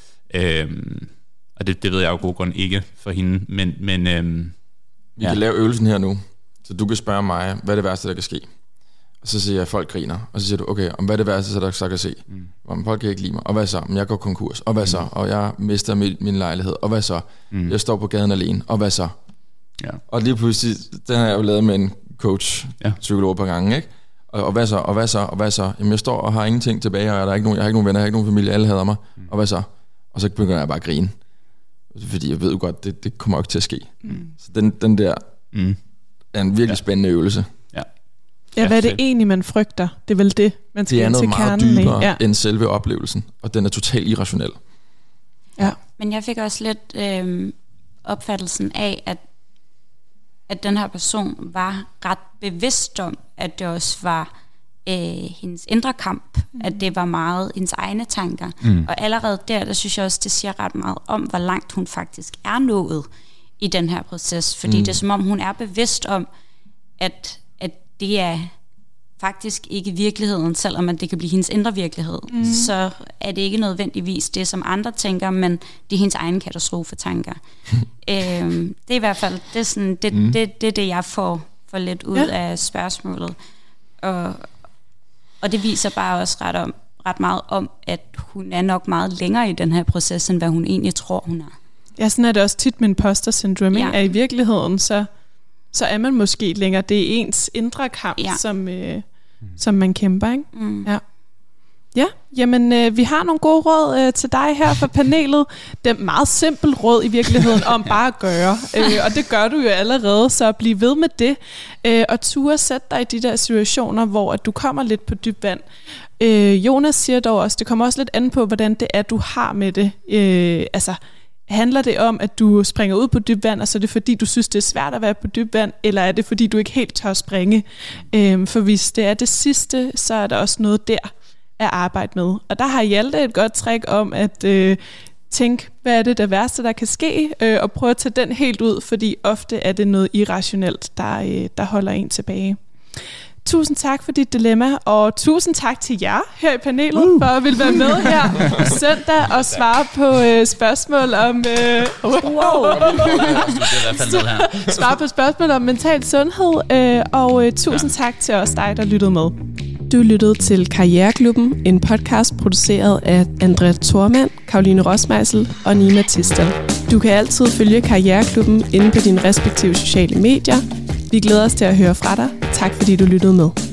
Og det ved jeg jo god grund ikke for hende, men vi kan lave øvelsen her nu, så du kan spørge mig, hvad er det værste, der kan ske? Og så siger jeg, at folk griner. Og så siger du, okay, hvad er det værste, der så kan se? Om folk kan ikke lide mig. Og hvad så? Jeg går konkurs. Og hvad så? Og jeg mister min lejlighed. Og hvad så? Jeg står på gaden alene. Og hvad så? Ja. Og lige pludselig, den har jeg jo lavet med en coach, psykolog på gangen, ikke? Og hvad så? Og hvad så? Og hvad så? Jamen jeg står og har ingenting tilbage, og jeg har ikke nogen venner, jeg har ikke nogen familie, alle hader mig. Og hvad så? Og så begynder jeg bare at grine. Fordi jeg ved jo godt, det kommer ikke til at ske. Så den der er en virkelig spændende øvelse. Ja, hvad er det egentlig, man frygter? Det er vel det, man skal ind til kernen. Det er noget meget dybere end selve oplevelsen, og den er totalt irrationel. Ja. Men jeg fik også lidt opfattelsen af, at den her person var ret bevidst om, at det også var hendes indre kamp, at det var meget hendes egne tanker. Og allerede der synes jeg også, det siger ret meget om, hvor langt hun faktisk er nået i den her proces. Fordi det er som om, hun er bevidst om, at det er faktisk ikke virkeligheden, selvom det kan blive hendes indre virkelighed. Så er det ikke nødvendigvis det, som andre tænker, men det er hendes egen katastrofetanker. Det er i hvert fald det, jeg får lidt ud af spørgsmålet. Og det viser bare også ret meget om, at hun er nok meget længere i den her proces, end hvad hun egentlig tror, hun er. Ja, sådan er det også tit med imposter syndrome, at i virkeligheden, så er man måske længere. Det er ens indre kamp, som man kæmper, ikke? Ja, jamen vi har nogle gode råd til dig her fra panelet. Det er meget simpelt råd i virkeligheden om bare at gøre. Og det gør du jo allerede, så bliv ved med det. Og turde sætte dig i de der situationer, hvor at du kommer lidt på dyb vand. Jonas siger dog også, det kommer også lidt an på, hvordan det er, du har med det. Handler det om, at du springer ud på dyb vand, og så er det fordi, du synes, det er svært at være på dyb vand, eller er det fordi, du ikke helt tør springe? For hvis det er det sidste, så er der også noget der at arbejde med. Og der har Hjalte et godt trick om at tænke, hvad er det værste, der kan ske, og prøve at tage den helt ud, fordi ofte er det noget irrationelt, der holder en tilbage. tusind tak for dit dilemma, og tusind tak til jer her i panelet for at ville være med her søndag og svare på spørgsmål om svare på spørgsmål om mental sundhed, og tusind tak til os dig, der lyttede med. Du lyttede til Karriereklubben, en podcast produceret af Andrea Thormand, Karoline Rosmeisel og Nima Tistel. Du kan altid følge Karriereklubben inde på dine respektive sociale medier. Vi glæder os til at høre fra dig. Tak fordi du lyttede med.